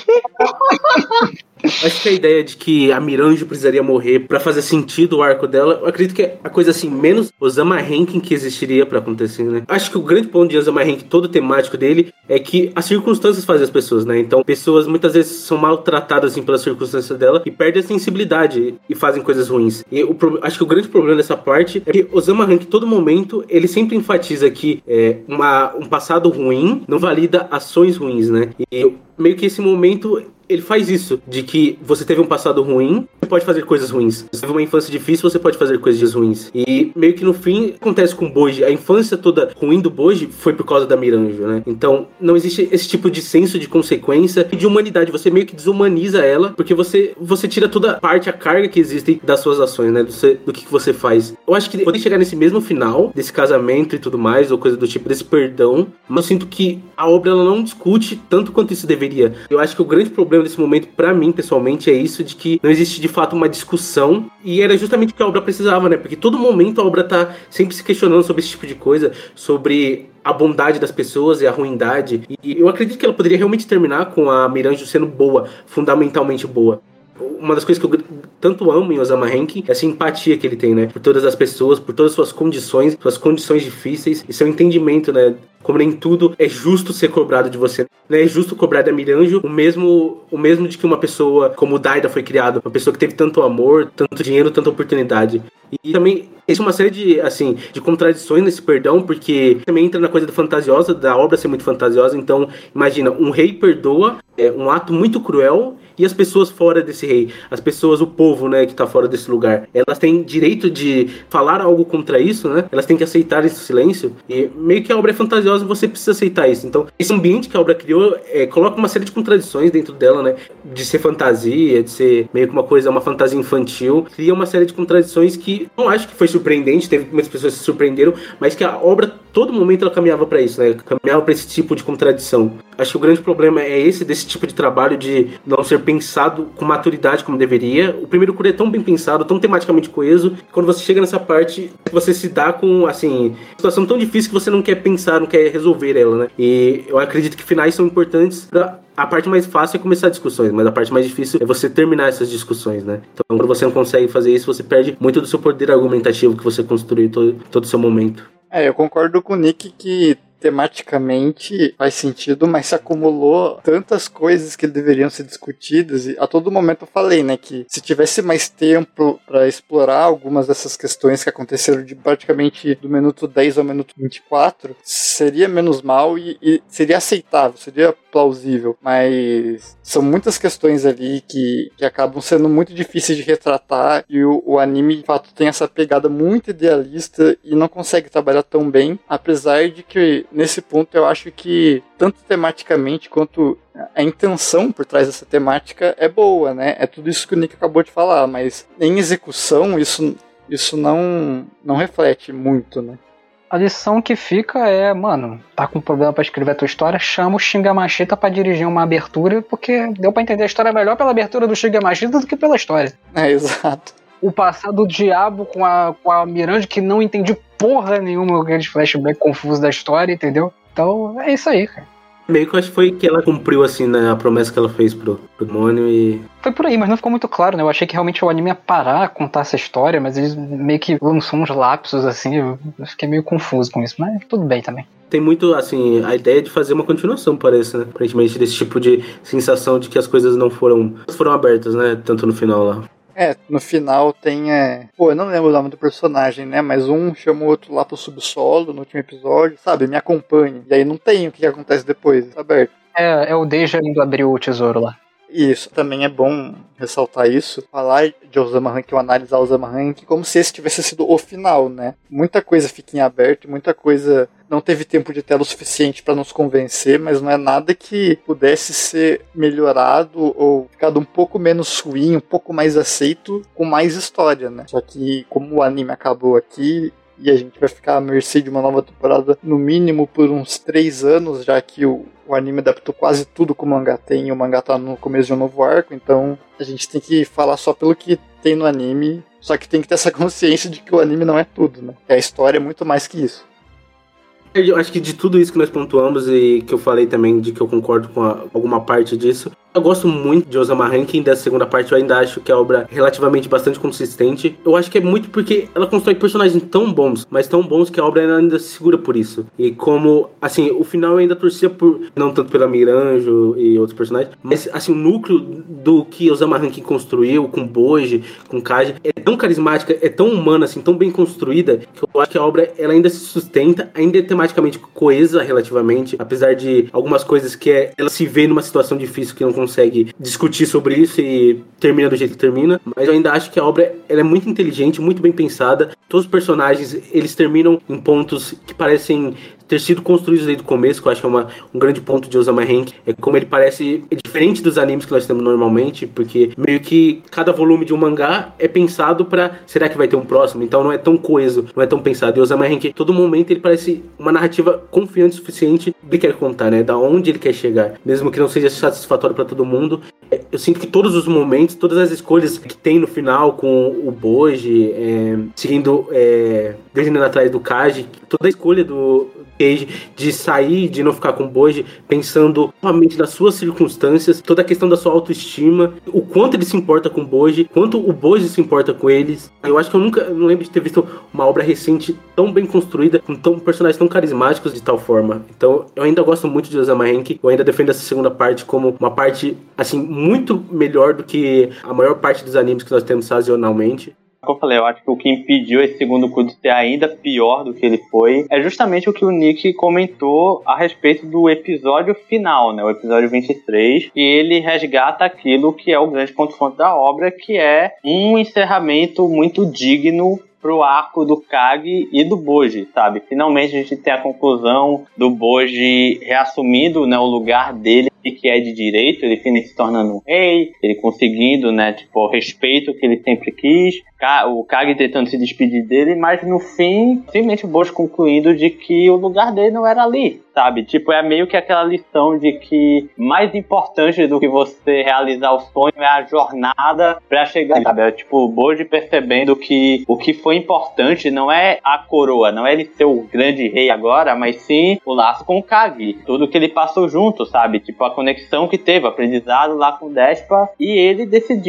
Acho que a ideia de que a Miranjo precisaria morrer pra fazer sentido o arco dela, eu acredito que é a coisa assim, menos Osama Ranking que existiria pra acontecer, né? Acho que o grande ponto de Osama Ranking, todo temático dele, é que as circunstâncias fazem as pessoas, né? Então, pessoas muitas vezes são maltratadas assim pelas circunstâncias dela e perdem a sensibilidade e fazem coisas ruins. E o, acho que o grande problema dessa parte é que Osama Ranking, todo momento, ele sempre enfatiza que é, uma, um passado ruim não valida ações ruins, né? E meio que esse momento ele faz isso, de que você teve um passado ruim, você pode fazer coisas ruins. Você teve uma infância difícil, você pode fazer coisas ruins. E meio que no fim, acontece com o Boji. A infância toda ruim do Boji foi por causa da Miranjo, né? Então, não existe esse tipo de senso de consequência e de humanidade. Você meio que desumaniza ela, porque você, você tira toda a parte, a carga que existe das suas ações, né? Do, do que, que você faz. Eu acho que poder chegar nesse mesmo final, desse casamento e tudo mais, ou coisa do tipo, desse perdão, mas eu sinto que a obra ela não discute tanto quanto isso deveria. Eu acho que o grande problema desse momento, pra mim, pessoalmente, é isso de que não existe, de fato, uma discussão, e era justamente o que a obra precisava, né? Porque todo momento a obra tá sempre se questionando sobre esse tipo de coisa, sobre a bondade das pessoas e a ruindade, e eu acredito que ela poderia realmente terminar com a Miranjo sendo boa, fundamentalmente boa. Uma das coisas que eu tanto amo em Osama Ranking é essa empatia que ele tem, né? Por todas as pessoas, por todas as suas condições, suas condições difíceis, e seu entendimento, né? Como nem tudo é justo ser cobrado de você. Não é justo cobrar da Miranjo o mesmo, o mesmo de que uma pessoa como o Daida foi criado, uma pessoa que teve tanto amor, tanto dinheiro, tanta oportunidade. E também existe uma série de, assim, de contradições nesse perdão, porque também entra na coisa do fantasiosa, da obra ser muito fantasiosa. Então, imagina, um rei perdoa é, um ato muito cruel, e as pessoas fora desse rei, as pessoas, o povo, né, que tá fora desse lugar, elas têm direito de falar algo contra isso, né? Elas têm que aceitar esse silêncio. E meio que a obra é fantasiosa, você precisa aceitar isso. Então, esse ambiente que a obra criou é, coloca uma série de contradições dentro dela, né? De ser fantasia, de ser meio que uma coisa, uma fantasia infantil. Cria uma série de contradições que não acho que foi surpreendente, teve muitas pessoas que se surpreenderam, mas que a obra, todo momento, ela caminhava para isso, né? Caminhava para esse tipo de contradição. Acho que o grande problema é esse, desse tipo de trabalho de não ser pensado com maturidade como deveria. O primeiro Kuro é tão bem pensado, tão tematicamente coeso, que quando você chega nessa parte, você se dá com, assim, uma situação tão difícil que você não quer pensar, não quer resolver ela, né? E eu acredito que finais são importantes pra... A parte mais fácil é começar discussões, mas a parte mais difícil é você terminar essas discussões, né? Então, quando você não consegue fazer isso, você perde muito do seu poder argumentativo que você construiu todo, todo o seu momento.
É, eu concordo com o Nick que tematicamente faz sentido, mas se acumulou tantas coisas que deveriam ser discutidas, e a todo momento eu falei, né, que se tivesse mais tempo para explorar algumas dessas questões que aconteceram de praticamente do minuto dez ao minuto vinte e quatro, seria menos mal e, e seria aceitável, seria plausível, mas são muitas questões ali que, que acabam sendo muito difíceis de retratar, e o, o anime, de fato, tem essa pegada muito idealista e não consegue trabalhar tão bem, apesar de que, nesse ponto, eu acho que, tanto tematicamente quanto a intenção por trás dessa temática é boa, né? É tudo isso que o Nick acabou de falar, mas em execução, isso, isso não, não reflete muito, né?
A lição que fica é, mano, tá com problema pra escrever a tua história, chama o Shingamashita pra dirigir uma abertura, porque deu pra entender a história melhor pela abertura do Shingamashita do que pela história.
É, exato.
O passado do diabo com a, com a Miranda, que não entendi porra nenhuma, aqueles flashback confusos da história, entendeu? Então, é isso aí, cara.
Meio que eu acho que foi que ela cumpriu, assim, né, a promessa que ela fez pro, pro demônio e...
Foi por aí, mas não ficou muito claro, né? Eu achei que realmente o anime ia parar a contar essa história, mas eles meio que lançou uns lapsos, assim, eu fiquei meio confuso com isso, mas tudo bem também.
Tem muito, assim, a ideia de fazer uma continuação, parece, né? Aparentemente, desse tipo de sensação de que as coisas não foram, foram abertas, né? Tanto no final lá.
É, no final tem, é... Pô, eu não lembro o nome do personagem, né? Mas um chama o outro lá pro subsolo no último episódio, sabe? Me acompanhe. E aí não tem o que acontece depois, tá aberto.
É, é o Deja indo abrir o tesouro lá.
Isso, também é bom ressaltar isso. Falar de Osama Rank, ou analisar Osama Rank como se esse tivesse sido o final, né? Muita coisa fica em aberto, muita coisa não teve tempo de tela o suficiente para nos convencer, mas não é nada que pudesse ser melhorado ou ficado um pouco menos ruim, um pouco mais aceito, com mais história, né? Só que como o anime acabou aqui, e a gente vai ficar à mercê de uma nova temporada, no mínimo por uns três anos, já que o, o anime adaptou quase tudo que o mangá tem, e o mangá tá no começo de um novo arco, então a gente tem que falar só pelo que tem no anime, só que tem que ter essa consciência de que o anime não é tudo, né? A história é muito mais que isso.
Eu acho que de tudo isso que nós pontuamos e que eu falei também, de que eu concordo com a, alguma parte disso, eu gosto muito de Osama Ranking. Dessa segunda parte eu ainda acho que a obra é relativamente bastante consistente. Eu acho que é muito porque ela constrói personagens tão bons, mas tão bons que a obra ainda se segura por isso. E como, assim, o final eu ainda torcia por, não tanto pela Miranjo e outros personagens, mas, assim, o núcleo do que Osama Ranking construiu com Boji, com Kaji, é tão carismática, é tão humana, assim, tão bem construída, que eu acho que a obra, ela ainda se sustenta, ainda é tematicamente coesa relativamente, apesar de algumas coisas que é, ela se vê numa situação difícil que não consegue discutir sobre isso e termina do jeito que termina, mas eu ainda acho que a obra ela é muito inteligente, muito bem pensada. Todos os personagens, eles terminam em pontos que parecem ter sido construídos desde o começo, que eu acho que é uma, um grande ponto de Osama Rank, é como ele parece é diferente dos animes que nós temos normalmente, porque meio que cada volume de um mangá é pensado pra, será que vai ter um próximo? Então não é tão coeso, não é tão pensado. E Osama Rank, todo momento ele parece uma narrativa confiante o suficiente do que ele quer contar, né, da onde ele quer chegar, mesmo que não seja satisfatório pra todo mundo. Eu sinto que todos os momentos, todas as escolhas que tem no final com o Boji, é, seguindo, é, descendendo atrás do Kaji, toda a escolha do Cage de sair, de não ficar com o Boji, pensando realmente nas suas circunstâncias, toda a questão da sua autoestima, o quanto ele se importa com o Boji, quanto o Boji se importa com eles. Eu acho que eu nunca eu não lembro de ter visto uma obra recente tão bem construída, com tão, personagens tão carismáticos de tal forma. Então eu ainda gosto muito de Osama Rank, eu ainda defendo essa segunda parte como uma parte, assim, muito melhor do que a maior parte dos animes que nós temos sazonalmente.
Como eu falei, eu acho que o que impediu esse segundo Kudo ser ainda pior do que ele foi é justamente o que o Nick comentou a respeito do episódio final, né? O episódio vinte e três, e ele resgata aquilo que é o grande ponto-fonte da obra, que é um encerramento muito digno pro arco do Kage e do Boji, sabe? Finalmente a gente tem a conclusão do Boji reassumindo, né, o lugar dele, que é de direito, ele finalmente se tornando um rei, ele conseguindo, né, tipo, o respeito que ele sempre quis, o Kage tentando se despedir dele, mas no fim, simplesmente o Boji concluindo de que o lugar dele não era ali, sabe? Tipo, é meio que aquela lição de que mais importante do que você realizar o sonho é a jornada pra chegar, sabe? É tipo, o Boji percebendo que o que foi importante não é a coroa, não é ele ser o grande rei agora, mas sim o laço com o Kage, tudo que ele passou junto, sabe? Tipo, a conexão que teve, o aprendizado lá com o Despa, e ele decidindo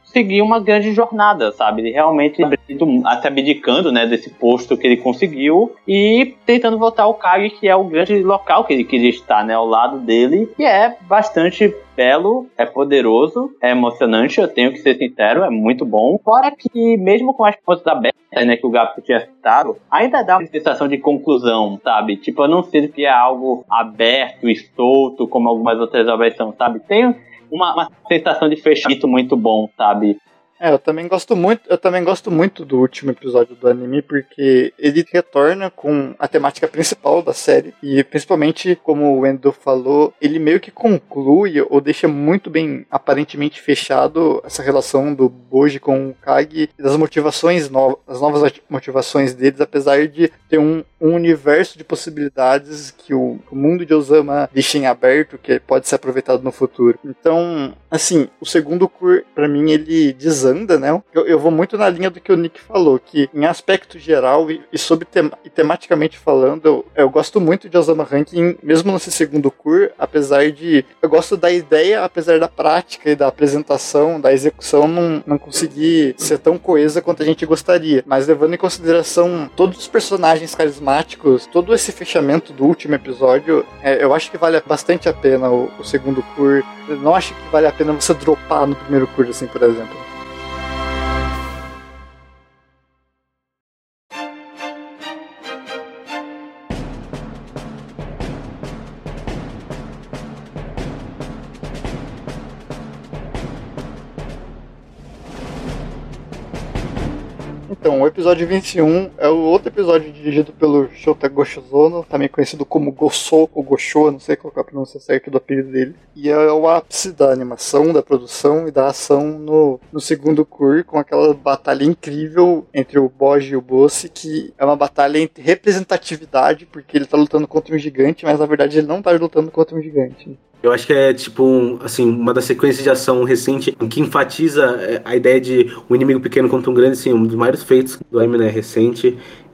seguir uma grande jornada, sabe? Ele realmente se abdicando, né, desse posto que ele conseguiu e tentando voltar ao Kage, que é o grande local que ele queria estar, né, ao lado dele, e é bastante belo, é poderoso, é emocionante, eu tenho que ser sincero, é muito bom. Fora que, mesmo com as pontas abertas, né, que o Gato tinha citado, ainda dá uma sensação de conclusão, sabe? Tipo, eu não sei se é algo aberto e solto, como algumas outras obras são, sabe? Tem uma, uma sensação de fechamento muito bom, sabe?
É, eu também gosto muito, eu também gosto muito do último episódio do anime, porque ele retorna com a temática principal da série, e principalmente, como o Wendell falou, ele meio que conclui, ou deixa muito bem, aparentemente fechado, essa relação do Boji com o Kage, e das motivações novas, as novas motivações deles, apesar de ter um, um universo de possibilidades que o, o mundo de Osama deixa em aberto, que pode ser aproveitado no futuro. Então, assim, o segundo Cour, pra mim, ele desanda, né? Eu, eu vou muito na linha do que o Nick falou, que em aspecto geral e, e sobre tem, e tematicamente falando, eu, eu gosto muito de Osama Ranking, mesmo nesse segundo Cour, apesar de... Eu gosto da ideia, apesar da prática e da apresentação, da execução, não, não conseguir ser tão coesa quanto a gente gostaria. Mas levando em consideração todos os personagens carismáticos, todo esse fechamento do último episódio, é, eu acho que vale bastante a pena o, o segundo Cour. Eu não acho que vale a pena você dropar no primeiro Cour, assim, por exemplo. Então, o episódio vinte e um é o outro episódio dirigido pelo Shota Goshozono, também conhecido como Gosho ou Gosho, não sei qual é a pronúncia certa do apelido dele. E é o ápice da animação, da produção e da ação no, no segundo Cour, com aquela batalha incrível entre o Boji e o Bossi, que é uma batalha entre representatividade, porque ele tá lutando contra um gigante, mas na verdade ele não tá lutando contra um gigante.
Eu acho que é tipo um, assim, uma das sequências de ação recente que enfatiza a ideia de um inimigo pequeno contra um grande, assim, um dos maiores feitos do anime, né, recente,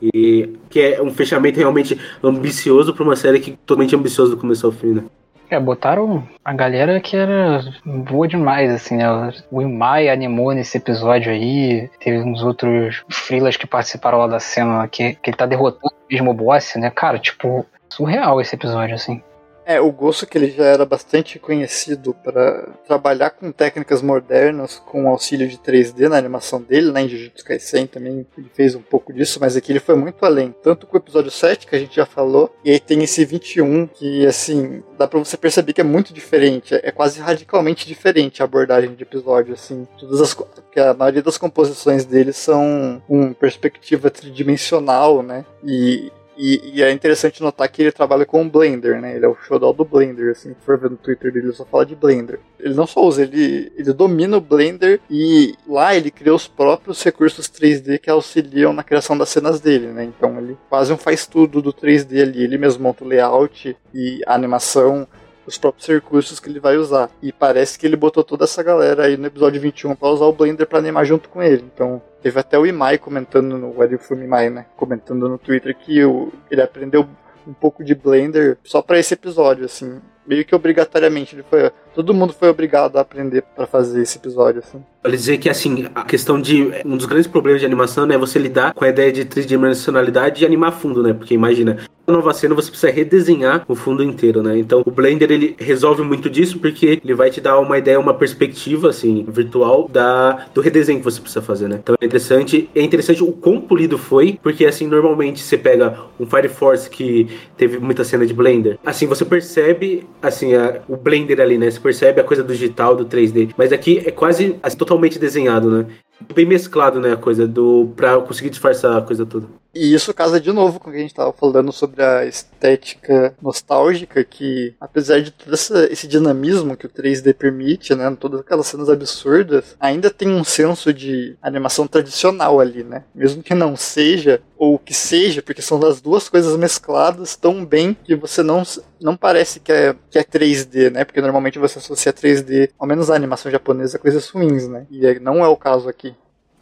e que é um fechamento realmente ambicioso para uma série que é totalmente ambiciosa do começo ao fim, né?
É, botaram a galera que era boa demais, assim, né? O Imai animou nesse episódio aí, teve uns outros freelas que participaram lá da cena, que, que ele tá derrotando o mesmo boss, né? Cara, tipo, surreal esse episódio, assim.
É, o Gosso, que ele já era bastante conhecido para trabalhar com técnicas modernas com auxílio de três D na animação dele, né, em Jujutsu Kaisen também ele fez um pouco disso, mas aqui ele foi muito além, tanto com o episódio sete, que a gente já falou, e aí tem esse vinte e um, que assim, dá pra você perceber que é muito diferente, é quase radicalmente diferente a abordagem de episódio, assim, todas as, porque a maioria das composições dele são com perspectiva tridimensional, né, e E, e é interessante notar que ele trabalha com o Blender, né? Ele é o showdown do Blender, assim, se for ver no Twitter dele, ele só fala de Blender. Ele não só usa, ele, ele domina o Blender e lá ele cria os próprios recursos três D que auxiliam na criação das cenas dele, né? Então ele quase um faz tudo do três D ali, ele mesmo monta o layout e a animação, os próprios recursos que ele vai usar. E parece que ele botou toda essa galera aí no episódio vinte e um pra usar o Blender pra animar junto com ele. Então, teve até o Imai comentando no What If Imai, né? Comentando no Twitter que o, ele aprendeu um pouco de Blender só pra esse episódio, assim. Meio que obrigatoriamente. Ele foi, todo mundo foi obrigado a aprender pra fazer esse episódio, assim.
Vale dizer que, assim, a questão de... Um dos grandes problemas de animação, né, é você lidar com a ideia de tridimensionalidade e animar fundo, né? Porque, imagina, na nova cena você precisa redesenhar o fundo inteiro, né? Então, o Blender, ele resolve muito disso porque ele vai te dar uma ideia, uma perspectiva, assim, virtual da, do redesenho que você precisa fazer, né? Então, é interessante. É interessante o quão polido foi, porque, assim, normalmente você pega um Fire Force que teve muita cena de Blender. Assim, você percebe, assim, a, o Blender ali, né? Você percebe a coisa do digital, do três D. Mas aqui é quase, assim, totalmente desenhado, né? Bem mesclado, né, a coisa do... pra conseguir disfarçar a coisa toda.
E isso casa de novo com o que a gente estava falando sobre a estética nostálgica, que apesar de todo essa, esse dinamismo que o três D permite, né, todas aquelas cenas absurdas, ainda tem um senso de animação tradicional ali, né? Mesmo que não seja, ou que seja, porque são as duas coisas mescladas tão bem que você não, não parece que é, que é três D, né? Porque normalmente você associa três D, ao menos a animação japonesa, a coisas ruins, né? E não é o caso aqui.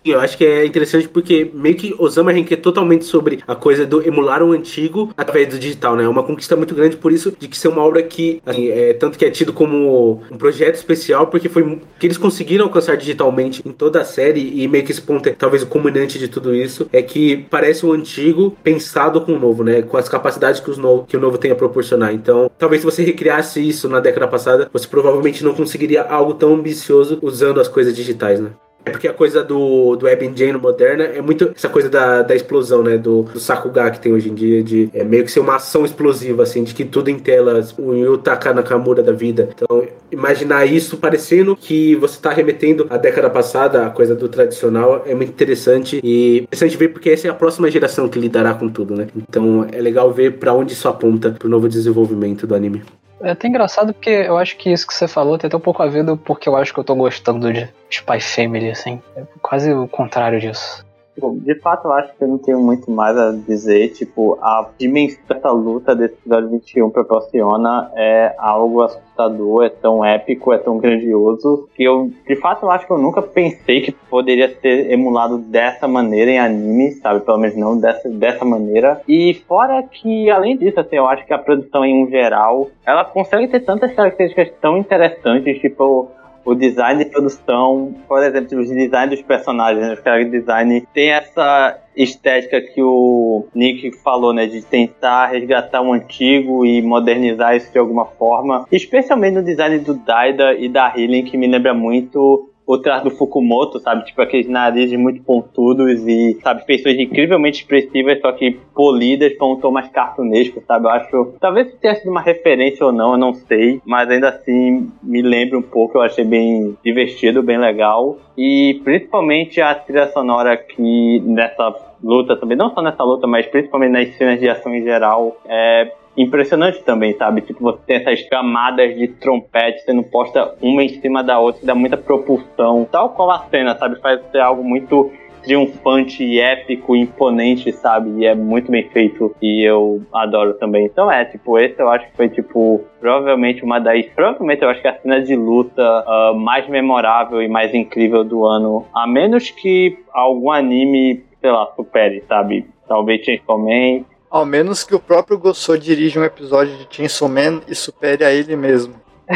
Eu acho que é interessante porque meio que Osama Renki é totalmente sobre a coisa do emular o antigo através do digital, né? É uma conquista muito grande por isso de que ser uma obra que, assim, é, tanto que é tido como um projeto especial, porque foi que eles conseguiram alcançar digitalmente em toda a série, e meio que esse ponto é talvez o culminante de tudo isso, é que parece o antigo pensado com o novo, né? Com as capacidades que, os novo, que o novo tem a proporcionar. Então, talvez se você recriasse isso na década passada, você provavelmente não conseguiria algo tão ambicioso usando as coisas digitais, né? É porque a coisa do, do Web Engine moderna é muito essa coisa da, da explosão, né? Do, do Sakuga que tem hoje em dia, de é meio que ser uma ação explosiva, assim, de que tudo em telas, o Yutaka Nakamura da vida. Então, imaginar isso parecendo que você está remetendo à década passada, a coisa do tradicional, é muito interessante. E interessante ver porque essa é a próxima geração que lidará com tudo, né? Então, é legal ver pra onde isso aponta pro novo desenvolvimento do anime.
É até engraçado porque eu acho que isso que você falou tem até um pouco a ver do porque eu acho que eu tô gostando de Spy Family, assim. É quase o contrário disso.
Bom, de fato, eu acho que eu não tenho muito mais a dizer. Tipo, a dimensão dessa luta desse episódio vinte e um proporciona é algo assustador, é tão épico, é tão grandioso, que eu, de fato, eu acho que eu nunca pensei que poderia ser emulado dessa maneira em anime, sabe? Pelo menos não dessa, dessa maneira. E fora que, além disso, assim, eu acho que a produção em um geral, ela consegue ter tantas características tão interessantes, tipo... O design de produção, por exemplo, o design dos personagens, né? O design tem essa estética que o Nick falou, né? De tentar resgatar o antigo e modernizar isso de alguma forma. Especialmente no design do Daida e da Healing, que me lembra muito o traço do Fukumoto, sabe? Tipo, aqueles narizes muito pontudos e, sabe, feições incrivelmente expressivas, só que polidas para um tom mais cartunesco, sabe? Eu acho... Talvez tenha sido uma referência ou não, eu não sei. Mas ainda assim, me lembra um pouco. Eu achei bem divertido, bem legal. E, principalmente, a trilha sonora que nessa luta também, não só nessa luta, mas principalmente nas cenas de ação em geral, é... impressionante também, sabe? Tipo, você tem essas camadas de trompete sendo posta uma em cima da outra, que dá muita propulsão. Tal qual a cena, sabe? Faz ser algo muito triunfante e épico, imponente, sabe? E é muito bem feito e eu adoro também. Então é, tipo, esse eu acho que foi, tipo, provavelmente uma das... Provavelmente eu acho que é a cena de luta uh, mais memorável e mais incrível do ano. A menos que algum anime, sei lá, supere, sabe? Talvez Chainsaw Man.
Ao menos que o próprio Gossou dirija um episódio de Chainsaw Man e supere a ele mesmo.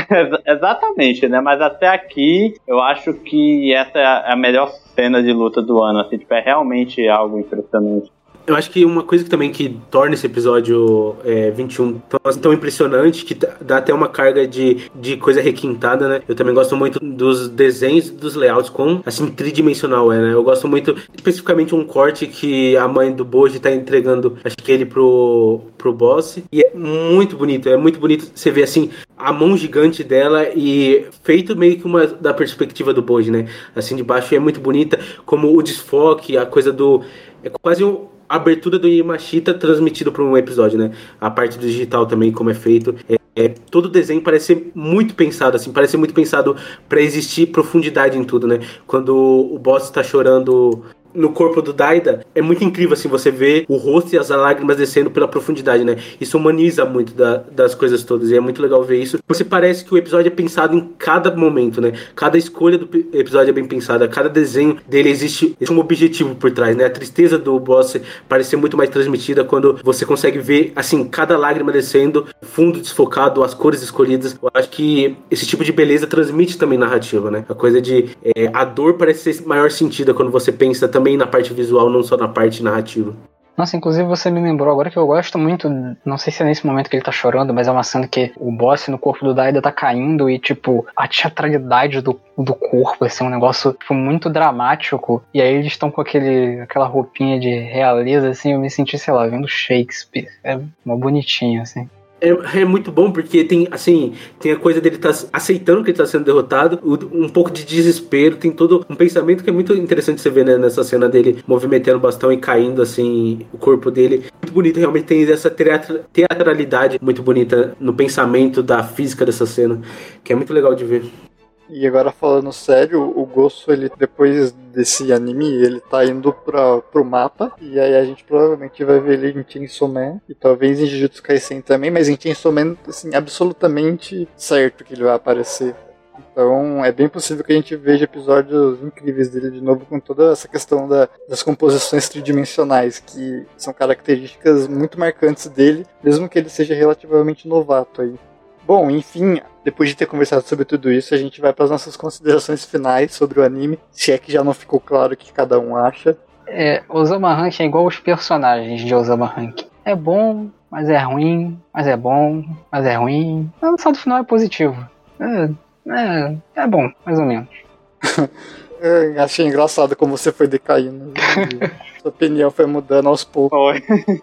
Exatamente, né? Mas até aqui, eu acho que essa é a melhor cena de luta do ano. Assim, tipo, é realmente algo impressionante.
Eu acho que uma coisa que também que torna esse episódio é, vinte e um tão, tão impressionante, que dá até uma carga de, de coisa requintada, né? Eu também gosto muito dos desenhos, dos layouts, com, assim, tridimensional, é, né? Eu gosto muito, especificamente, um corte que a mãe do Boji tá entregando, acho que ele pro, pro boss, e é muito bonito, é muito bonito você ver, assim, a mão gigante dela e feito meio que uma da perspectiva do Boji, né? Assim, de baixo, e é muito bonita, como o desfoque, a coisa do... É quase um... a abertura do Yamashita transmitido para um episódio, né? A parte do digital também, como é feito. É, é, todo o desenho parece ser muito pensado, assim. Parece ser muito pensado para existir profundidade em tudo, né? Quando o boss está chorando no corpo do Daida, é muito incrível, assim, você ver o rosto e as lágrimas descendo pela profundidade, né? Isso humaniza muito da, das coisas todas, e é muito legal ver isso. Você parece que o episódio é pensado em cada momento, né? Cada escolha do episódio é bem pensada, cada desenho dele existe, existe um objetivo por trás, né? A tristeza do boss parece ser muito mais transmitida quando você consegue ver, assim, cada lágrima descendo, fundo desfocado, as cores escolhidas. Eu acho que esse tipo de beleza transmite também narrativa, né? A coisa de... É, a dor parece ser maior sentida quando você pensa também na parte visual, não só na parte narrativa.
Nossa, inclusive você me lembrou agora que eu gosto muito, não sei se é nesse momento que ele tá chorando, mas é uma cena que o boss no corpo do Daida tá caindo e, tipo, a teatralidade do, do corpo, assim, um negócio, tipo, muito dramático, e aí eles estão com aquele, aquela roupinha de realeza, assim, eu me senti, sei lá, vendo Shakespeare, é uma bonitinha, assim.
É, é muito bom porque tem, assim, tem a coisa dele estar tá aceitando que ele está sendo derrotado, um pouco de desespero, tem todo um pensamento que é muito interessante você ver, né, nessa cena dele movimentando o bastão e caindo, assim, o corpo dele. Muito bonito, realmente tem essa teatralidade muito bonita no pensamento da física dessa cena, que é muito legal de ver.
E agora falando sério, o Gosso, ele, depois desse anime, ele tá indo pra, pro mapa, e aí a gente provavelmente vai ver ele em Chainsaw Man, e talvez em Jujutsu Kaisen também, mas em Chainsaw Man, assim, absolutamente certo que ele vai aparecer. Então é bem possível que a gente veja episódios incríveis dele de novo, com toda essa questão da, das composições tridimensionais, que são características muito marcantes dele, mesmo que ele seja relativamente novato aí. Bom, enfim, depois de ter conversado sobre tudo isso, a gente vai para as nossas considerações finais sobre o anime, se é que já não ficou claro o que cada um acha.
É, Osama Ranking é igual os personagens de Osama Ranking. É bom, mas é ruim, mas é bom, mas é ruim. Mas o saldo final é positivo. É, é, é bom, mais ou menos.
Eu achei engraçado como você foi decaindo. Sua opinião foi mudando aos poucos.
Foi.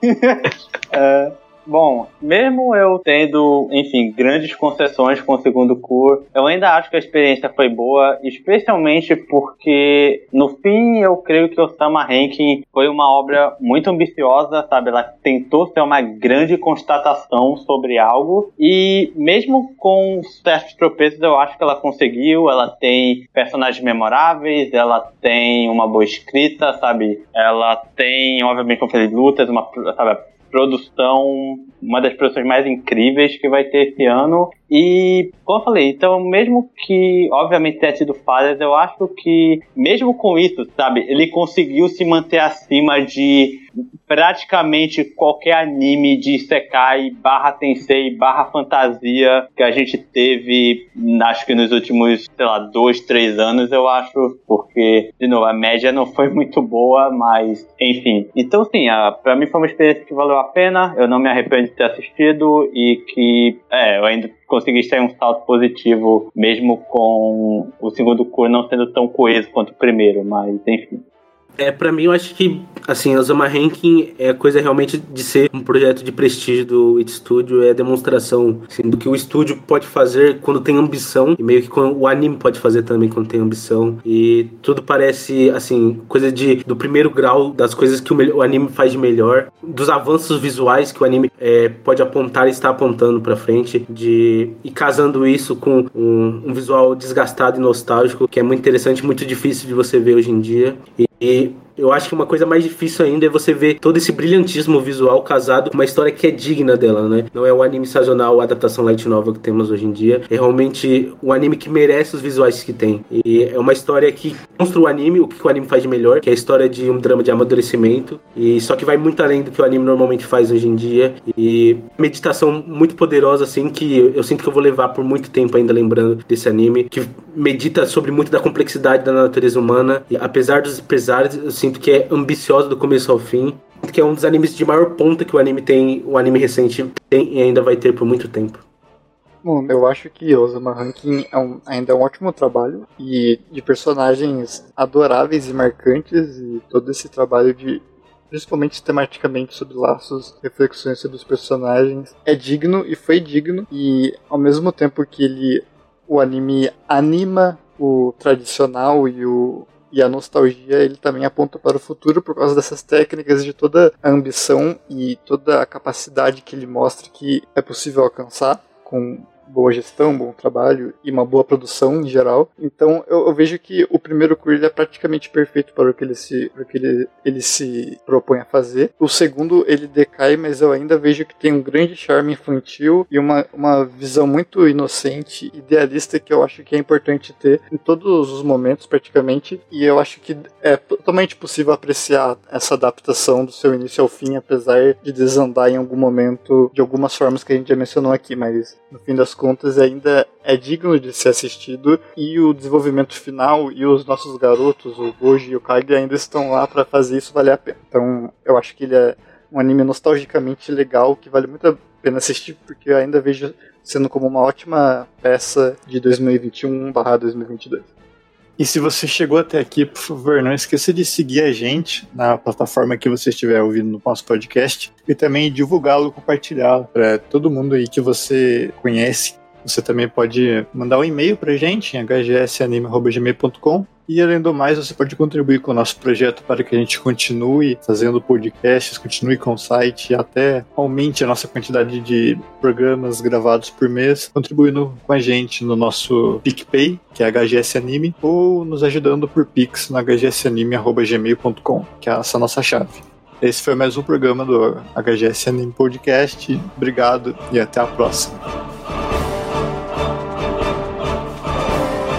é... Bom, mesmo eu tendo, enfim, grandes concessões com o segundo curso, eu ainda acho que a experiência foi boa, especialmente porque, no fim, eu creio que Osama Ranking foi uma obra muito ambiciosa, sabe? Ela tentou ser uma grande constatação sobre algo, e mesmo com certos tropeços, eu acho que ela conseguiu. Ela tem personagens memoráveis, ela tem uma boa escrita, sabe? Ela tem, obviamente, como eu falei, lutas, uma, sabe, produção, uma das produções mais incríveis que vai ter esse ano. E, como eu falei, então, mesmo que, obviamente, tenha tido falhas, eu acho que, mesmo com isso, sabe, ele conseguiu se manter acima de praticamente qualquer anime de Isekai barra Tensei barra fantasia que a gente teve, acho que nos últimos, sei lá, dois, três anos, eu acho, porque, de novo, a média não foi muito boa, mas, enfim. Então, sim, a, pra mim foi uma experiência que valeu a pena, eu não me arrependo de ter assistido, e que, é, eu ainda consegui extrair um salto positivo, mesmo com o segundo curso não sendo tão coeso quanto o primeiro, mas, enfim.
É, pra mim, eu acho que, assim, Osama Ranking é coisa realmente de ser um projeto de prestígio do It Studio, é a demonstração, assim, do que o estúdio pode fazer quando tem ambição, e meio que quando o anime pode fazer também quando tem ambição, e tudo parece, assim, coisa de, do primeiro grau das coisas que o, o anime faz de melhor, dos avanços visuais que o anime é, pode apontar e está apontando pra frente, de, e casando isso com um, um visual desgastado e nostálgico, que é muito interessante, muito difícil de você ver hoje em dia, e E eu acho que uma coisa mais difícil ainda é você ver todo esse brilhantismo visual casado com uma história que é digna dela, né? Não é o anime sazonal, a adaptação light novel que temos hoje em dia. É realmente um anime que merece os visuais que tem. E é uma história que mostra o anime, o que o anime faz de melhor, que é a história de um drama de amadurecimento. E só que vai muito além do que o anime normalmente faz hoje em dia. E meditação muito poderosa, assim, que eu sinto que eu vou levar por muito tempo ainda lembrando desse anime, que medita sobre muito da complexidade da natureza humana. E apesar dos pesares, eu sinto que é ambiciosa do começo ao fim, que é um dos animes de maior ponta que o anime tem, o anime recente tem e ainda vai ter por muito tempo.
Bom, eu acho que Osama Ranking é um, ainda é um ótimo trabalho, e de personagens adoráveis e marcantes, e todo esse trabalho de, principalmente tematicamente sobre laços, reflexões sobre os personagens, é digno e foi digno, e ao mesmo tempo que ele, o anime anima o tradicional e o E a nostalgia, ele também aponta para o futuro por causa dessas técnicas, de toda a ambição e toda a capacidade que ele mostra que é possível alcançar com boa gestão, bom trabalho e uma boa produção em geral. Então eu, eu vejo que o primeiro curso é praticamente perfeito para o que, ele se, para o que ele, ele se propõe a fazer. O segundo ele decai, mas eu ainda vejo que tem um grande charme infantil e uma, uma visão muito inocente, idealista, que eu acho que é importante ter em todos os momentos praticamente, e eu acho que é totalmente possível apreciar essa adaptação do seu início ao fim, apesar de desandar em algum momento de algumas formas que a gente já mencionou aqui, mas no fim das contas ainda é digno de ser assistido, e o desenvolvimento final e os nossos garotos, o Goji e o Kage, ainda estão lá para fazer isso valer a pena. Então eu acho que ele é um anime nostalgicamente legal, que vale muito a pena assistir, porque eu ainda vejo sendo como uma ótima peça de dois mil e vinte e um barra dois mil e vinte e dois.
E se você chegou até aqui, por favor, não esqueça de seguir a gente na plataforma que você estiver ouvindo no nosso podcast, e também divulgá-lo, compartilhá-lo para todo mundo aí que você conhece. Você também pode mandar um e-mail pra gente em h g s anime arroba gmail ponto com, e além do mais, você pode contribuir com o nosso projeto para que a gente continue fazendo podcasts, continue com o site e até aumente a nossa quantidade de programas gravados por mês, contribuindo com a gente no nosso PicPay, que é H G S Anime, ou nos ajudando por Pix no h g s anime arroba gmail ponto com, que é essa nossa chave. Esse foi mais um programa do H G S Anime Podcast. Obrigado e até a próxima.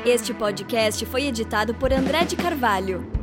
Este podcast foi editado por André de Carvalho.